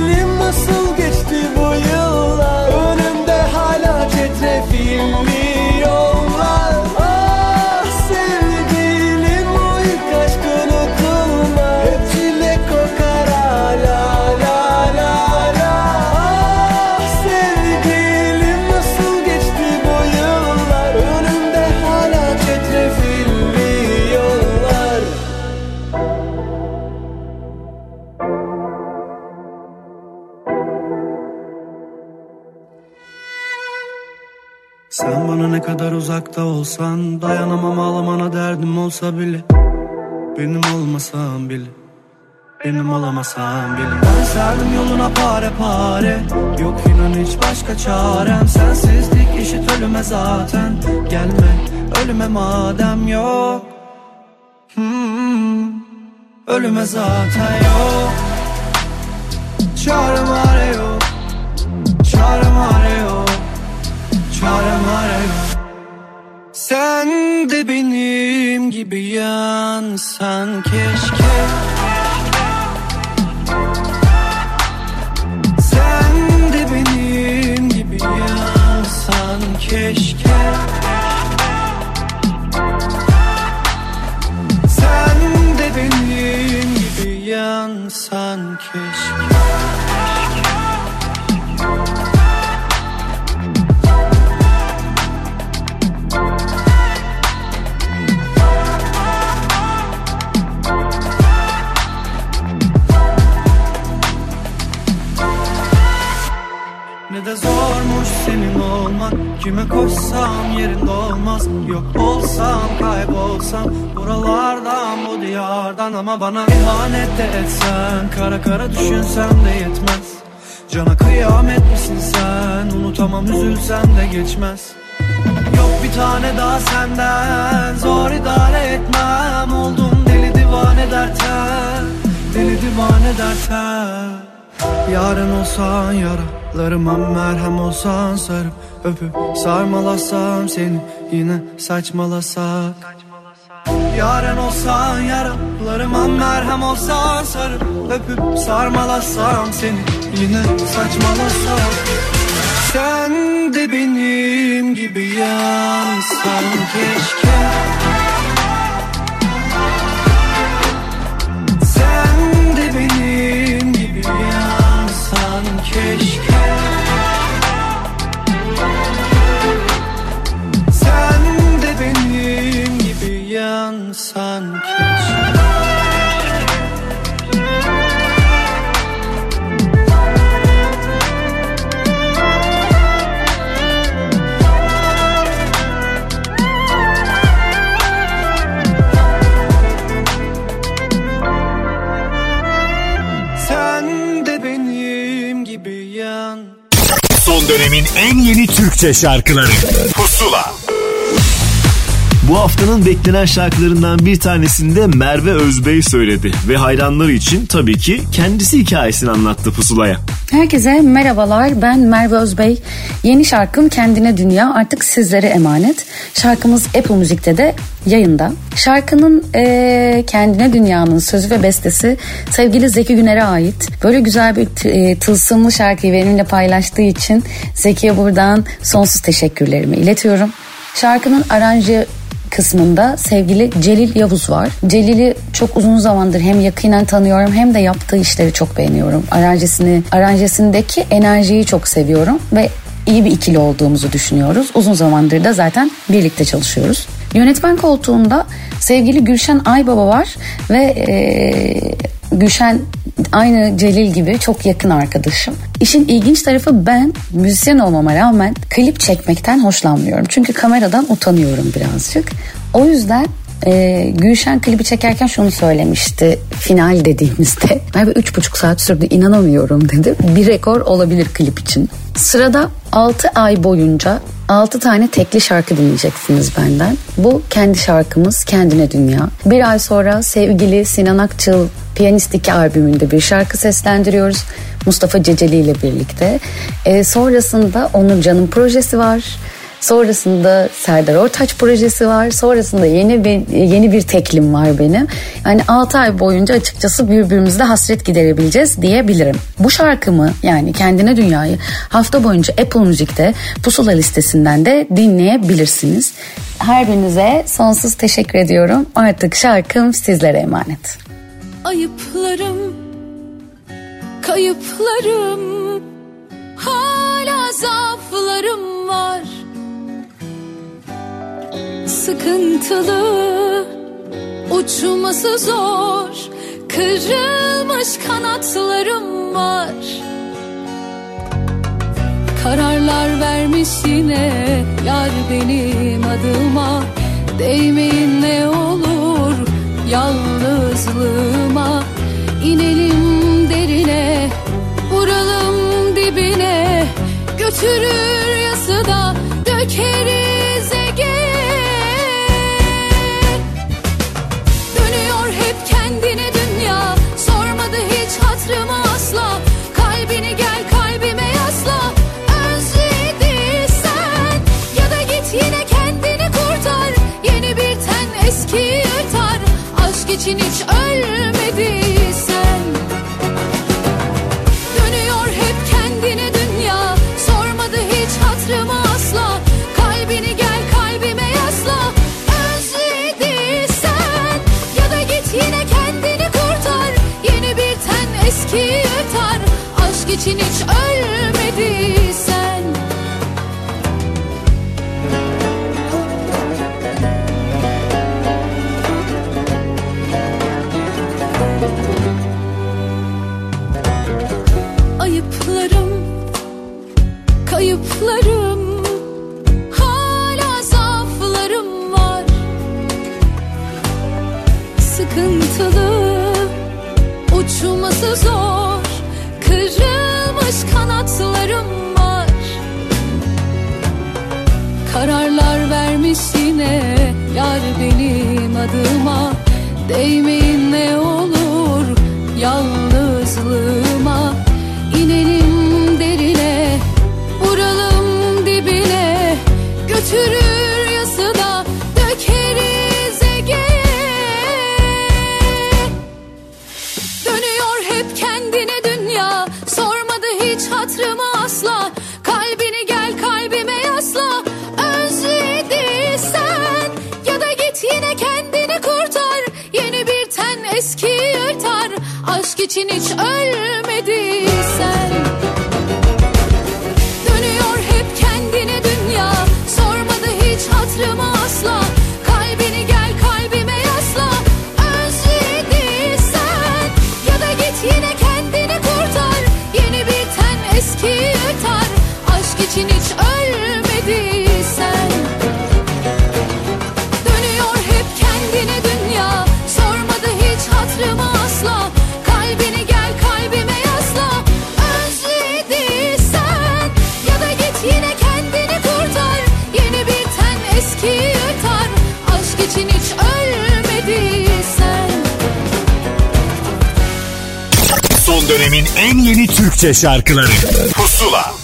Sen bana ne kadar uzakta olsan, dayanamam ağlamana derdim olsa bile. Benim olmasan bile, benim olamasan bile. Ben serdim yoluna pare pare, yok inan hiç başka çarem. Sensizlik eşit ölüme zaten, gelme ölüme madem yok. Ölüme zaten yok. Çarem var yok, çarem var yok, çarem var yok. Sen de benim gibi yansan keşke. Sen de benim gibi yansan keşke. Sen de benim gibi yansan keşke. Ne de zormuş senin olmak, kime koşsam yerinde olmaz. Yok olsam kaybolsam buralardan bu diyardan. Ama bana ihanet de etsen, kara kara düşünsem de yetmez. Cana kıyamet misin sen, unutamam üzülsem de geçmez. Yok bir tane daha senden, zor idare etmem. Oldum deli divane derten, deli divane derten. Yarın olsan yaralarıma merhem olsan, sarıp öpüp sarmalasam seni, yine saçmalasak. Yarın olsan yaralarıma merhem olsan, sarıp öpüp sarmalasam seni, yine saçmalasak. Sen de benim gibi yansan keşke. Sen de benim gibi yansan keşke. Sen de benim gibi yansan keşke. Son dönemin en yeni Türkçe şarkıları Pusula. Bu haftanın beklenen şarkılarından bir tanesinde Merve Özbey söyledi ve hayranları için tabii ki kendisi hikayesini anlattı Pusula'ya. Herkese merhabalar, ben Merve Özbey. Yeni şarkım Kendine Dünya artık sizlere emanet. Şarkımız Apple Müzik'te de yayında. Şarkının Kendine Dünya'nın sözü ve bestesi sevgili Zeki Güner'e ait. Böyle güzel bir tılsımlı şarkıyı benimle paylaştığı için Zeki'ye buradan sonsuz teşekkürlerimi iletiyorum. Şarkının aranjı kısmında sevgili Celil Yavuz var. Celil'i çok uzun zamandır hem yakinen tanıyorum hem de yaptığı işleri çok beğeniyorum. Aranjesindeki enerjiyi çok seviyorum ve iyi bir ikili olduğumuzu düşünüyoruz. Uzun zamandır da zaten birlikte çalışıyoruz. Yönetmen koltuğunda sevgili Gülşen Aybaba var ve Gülşen aynı Celil gibi çok yakın arkadaşım. İşin ilginç tarafı ben müzisyen olmama rağmen klip çekmekten hoşlanmıyorum. Çünkü kameradan utanıyorum birazcık. O yüzden Gülşen klibi çekerken şunu söylemişti final dediğimizde. Abi 3,5 saat sürdü, inanamıyorum dedi. Bir rekor olabilir klip için. Sırada 6 ay boyunca 6 tane tekli şarkı dinleyeceksiniz benden. Bu kendi şarkımız Kendine Dünya. Bir ay sonra sevgili Sinan Akçıl Piyanist 2 albümünde bir şarkı seslendiriyoruz Mustafa Ceceli ile birlikte. Sonrasında Onur Can'ın projesi var. Sonrasında Serdar Ortaç projesi var. Sonrasında yeni bir teklim var benim. Yani 6 ay boyunca açıkçası birbirimizle hasret giderebileceğiz diyebilirim. Bu şarkımı, yani Kendine Dünya'yı hafta boyunca Apple Müzik'te Pusula listesinden de dinleyebilirsiniz. Her birinize sonsuz teşekkür ediyorum. Artık şarkım sizlere emanet. Ayıplarım, kayıplarım, hala zaaflarım var. Sıkıntılı, uçması zor, kırılmış kanatlarım var. Kararlar vermek vermiş yine yar benim adıma. Değmeyin ne olur yalnızlığıma. İnelim derine, vuralım dibine, götürür yası da dökeriz Ege. Dönüyor hep kendine dünya, sormadı hiç hatırımı asla. Kalbini gel kalbime yasla, özlediysen ya da git yine kendini kurtar. Yeni bir ten eski yırtar, aşk için hiç ölmediysen. Dönüyor hep kendine dünya, sormadı hiç hatırımı asla. Kalbini gel kalbime yasla, özlediysen ya da git yine kendini kurtar. Yeni bir ten eski yırtar, aşk için hiç ölmediysen. Ayıplarım, kayıplarım, hala zaaflarım var. Sıkıntılı, uçması zor, kırılmış kanatlarım var. Kararlar vermiş yine yar benim adıma. Değmeyin ne olur yalnızlığıma. İnelim derine, vuralım dibine, götürür yası da dökeriz Ege. Dönüyor hep kendine dünya, sormadı hiç hatırımı asla. Kalbini gel kalbime yasla, özlediysen ya da git yine kendini kurtar. Yeni bir ten eski yırtar, aşk için hiç ölmediysen. Dönüyor hep kendine dünya, sormadı hiç hatırımı asla. Kalbini gel kalbime yasla, özlediysen ya da git yine kendini kurtar. Yeni bir ten eski yırtar, aşk için hiç ölmediysen. Dönüyor hep kendine dünya, sormadı hiç hatırımı asla. Kalbini gel kalbime yasla, özlediysen ya da git yine kendini kurtar. Yeni bir ten eski yırtar, aşk için hiç ölmediysen. Son dönemin en yeni Türkçe şarkıları Pusula.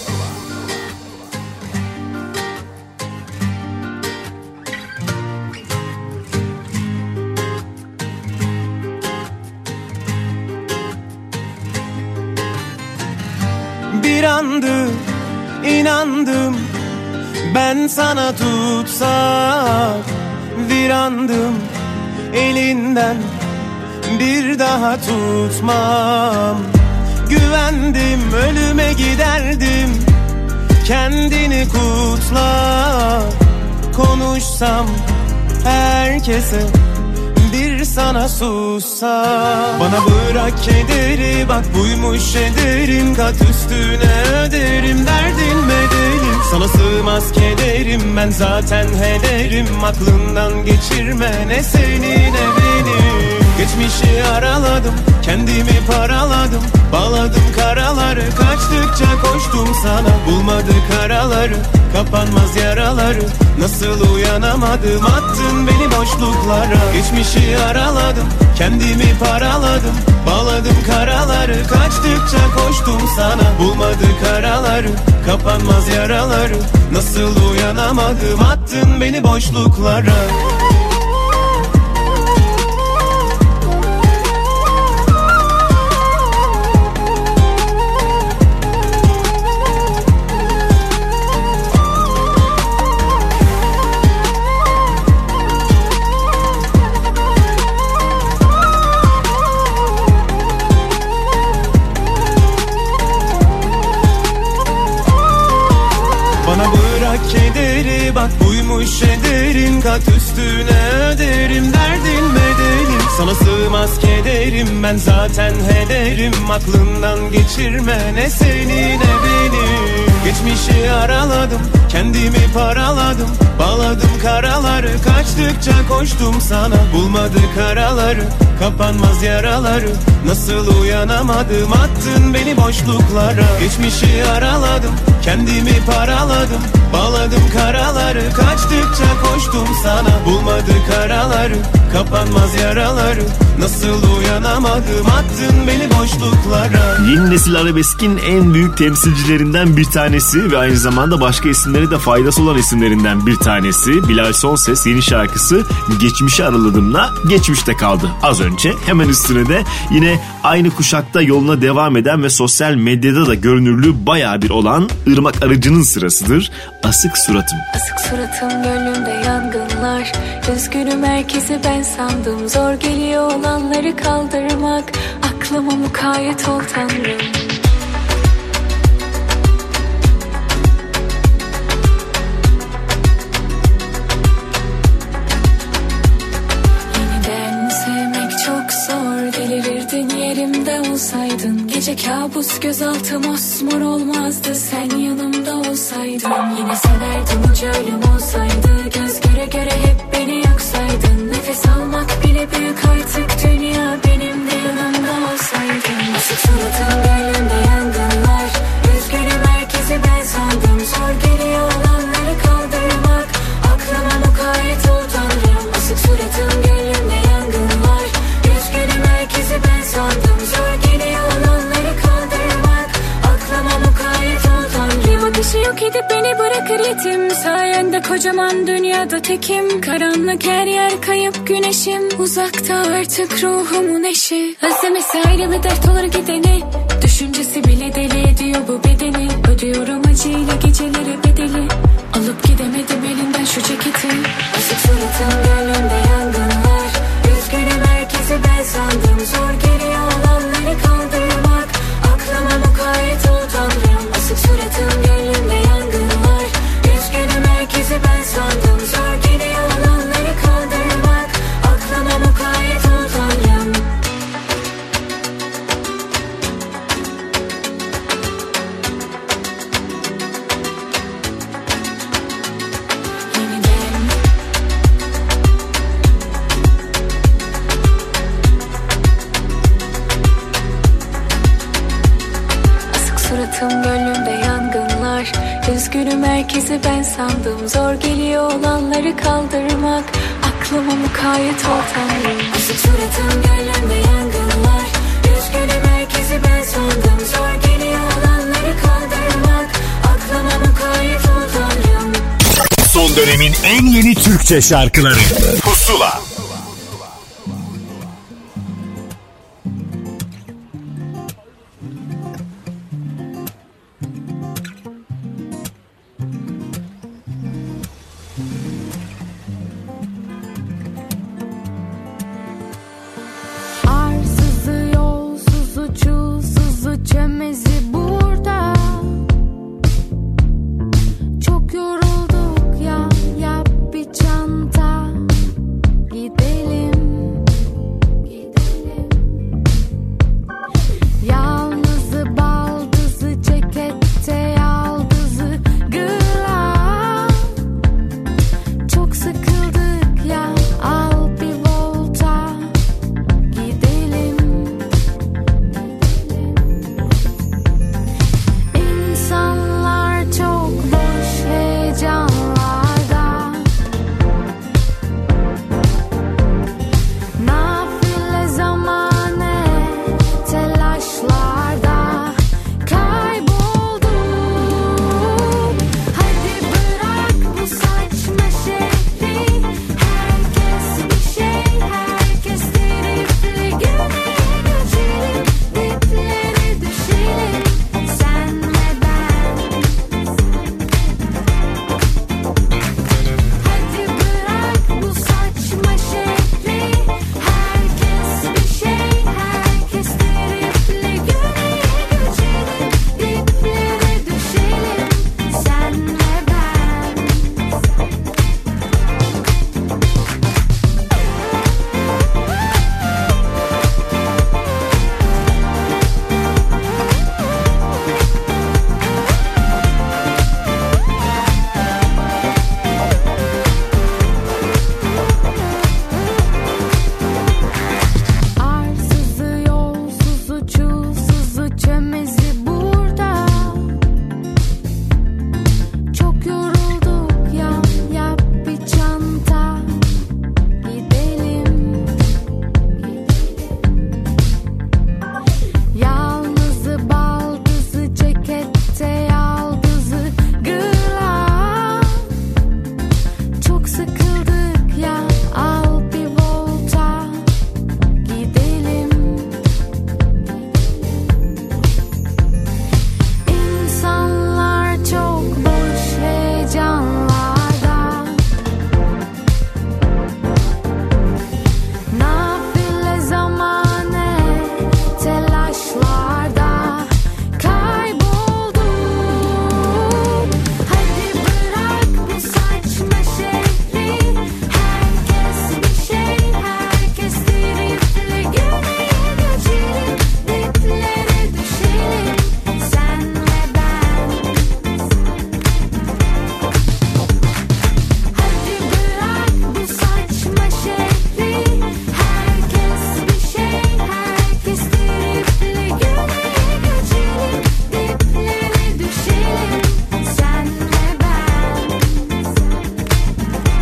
Bir andım, inandım, ben sana tutsak. Bir andım, elinden bir daha tutmam. Güvendim, ölüme giderdim, kendini kutla. Konuşsam herkese, bir sana sussam. Bana bırak kederi, bak buymuş ederim. Kat üstüne öderim, derdin bedelim. Sana sığmaz kederim, ben zaten hederim. Aklından geçirme ne seni ne beni. Geçmişi araladım, kendimi paraladım. Bağladım karaları, kaçtıkça koştum sana. Bulmadık araları, kapanmaz yaraları. Nasıl uyanamadım, attın beni boşluklara. Geçmişi araladım, kendimi paraladım. Bağladım karaları, kaçtıkça koştum sana. Bulmadık araları, kapanmaz yaraları. Nasıl uyanamadım, attın beni boşluklara. Kederi bak buymuş ederim. Kat üstüne öderim, derdin bedelim. Sana sığmaz kederim, ben zaten hederim. Aklından geçirme ne seni ne beni. Geç Geçmişi araladım, kendimi paraladım, bağladım karaları, kaçtıkça koştum sana. Bulmadık araları, kapanmaz yaraları, nasıl uyanamadım, attın beni boşluklara. Geçmişi araladım, kendimi paraladım, bağladım karaları, kaçtıkça koştum sana. Bulmadık araları, kapanmaz yaraları, nasıl uyanamadım, attın beni boşluklara. Yeni nesil arabeskin en büyük temsilcilerinden bir tanesi ve aynı zamanda başka isimlere de faydası olan isimlerinden bir tanesi Bilal Sonses yeni şarkısı Geçmişi Araladım'la geçmişte kaldı az önce. Hemen üstüne de yine aynı kuşakta yoluna devam eden ve sosyal medyada da görünürlüğü bayağı bir olan Irmak Arıcı'nın sırasıdır. Asık Suratım. Asık suratım gönlümde yangınlar, üzgünüm herkesi ben sandım, zor geliyor olanları kaldırmak, aklıma mukayyet ol Tanrım. Yerimde olsaydın, gece kabus gözaltım osmor olmazdı, sen yanımda olsaydın. Yine severdim hiç ölüm olsaydı, göz göre göre hep beni yaksaydın. Nefes almak bile büyük artık, dünya benim de yanımda olsaydın. Asık suratım gönlümde yangınlar, üzgünüm herkesi ben sandım, zor geliyor olanları kaldırmak, aklıma mukayyet ol Tanrım. Asık suratım gönlümde yangınlar, üzgünüm herkesi ben sandım, zor geliyor olanları kaldırmak, aklıma mukayyet ol Tanrım. Bir bakışı yok edip beni bırakır yetim, sayende kocaman dünyada tekim. Karanlık her yer kayıp güneşim, uzakta artık ruhumun eşi. Özlemesi ayrı bir dert olur gideni, düşüncesi bile deli ediyor bu bedeni. Ödüyorum acıyla gecelere bedeli, alıp gidemedim elinden şu ceketi. Asık suratım gönlümde yangınlar, üzgünüm herkesi ben sandım, zor geliyor olanları kaldırmak, aklıma mukayyet ol Tanrım. Asık suratım gönlümde yangınlar, üzgünüm herkesi ben sandım, zor geliyor olanları kaldırmak, aklıma mukayyet ol Tanrım. Suratım gönlümde yangınlar, üzgünüm herkesi ben sandım, zor geliyor olanları kaldırmak, aklıma mukayyet ol Tanrım. Asık suratım gönlümde yangınlar, üzgünüm herkesi ben sandım, zor geliyor olanları kaldırmak, aklıma mukayyet ol Tanrım. Son dönemin en yeni Türkçe şarkıları Pusula. Çömezi burada, çok yorulduk ya, yap bir çanta.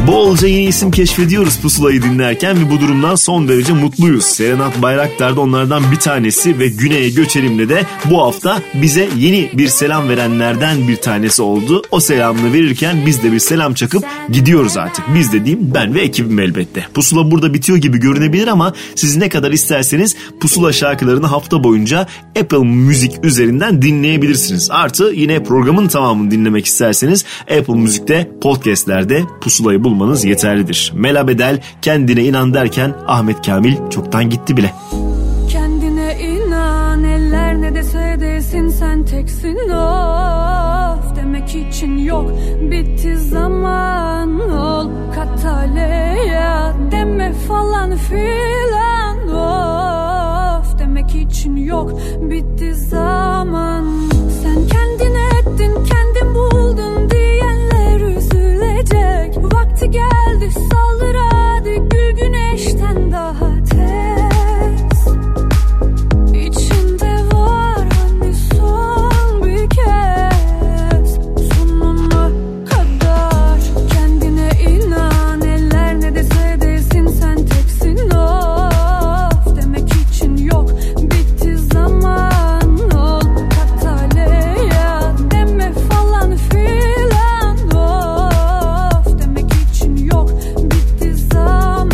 Bolca yeni isim keşfediyoruz Pusula'yı dinlerken ve bu durumdan son derece mutluyuz. Serenat Bayraktar da onlardan bir tanesi ve Güney'e Göçelim'le de bu hafta bize yeni bir selam verenlerden bir tanesi oldu. O selamını verirken biz de bir selam çakıp gidiyoruz artık. Biz dediğim ben ve ekibim elbette. Pusula burada bitiyor gibi görünebilir ama siz ne kadar isterseniz Pusula şarkılarını hafta boyunca Apple Müzik üzerinden dinleyebilirsiniz. Artı yine programın tamamını dinlemek isterseniz Apple Müzik'te podcastlerde Pusula'yı bulmanız yeterlidir. Mela Bedel kendine inan derken Ahmet Kamil çoktan gitti bile. Kendine inan, eller ne dese desin, sen teksin of demek için yok, bitti zaman, ol Katalya deme falan filan, of demek için yok, bitti zaman. Sen kendine ettin, kendin buldun diyenler üzülecek. Vakti geldi, saldır hadi, gül güneşten daha tez. İçinde var hani son bir kez, sonuna kadar. Kendine inan, eller ne dese desin, sen teksin of demek için yok, bitti zaman, ol Katalya deme falan filan, of demek için yok, bitti zaman.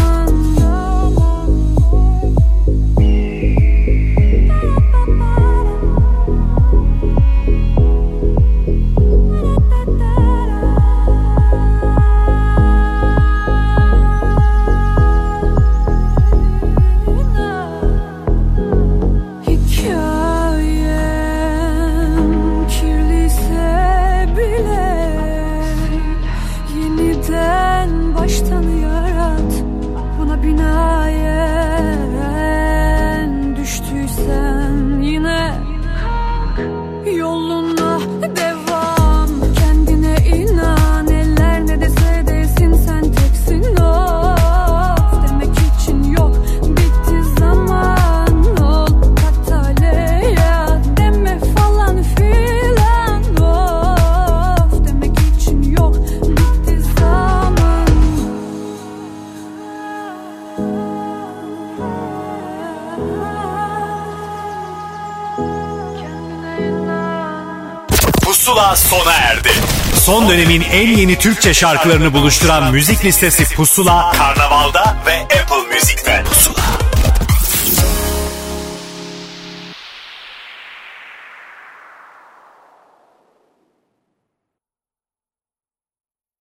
Hikayem kirliyse bile yeniden baştan yarat. Buna binaen düştüysen yine yoluna devam. Kendine inan, eller ne dese desin, sen teksin of demek için yok, bitti zaman, ol Katalya deme falan filan, of demek için yok, bitti zaman. Pusula sona erdi. Son dönemin en yeni Türkçe şarkılarını buluşturan müzik listesi Pusula, Karnaval'da ve Apple Müzik'te. Pusula.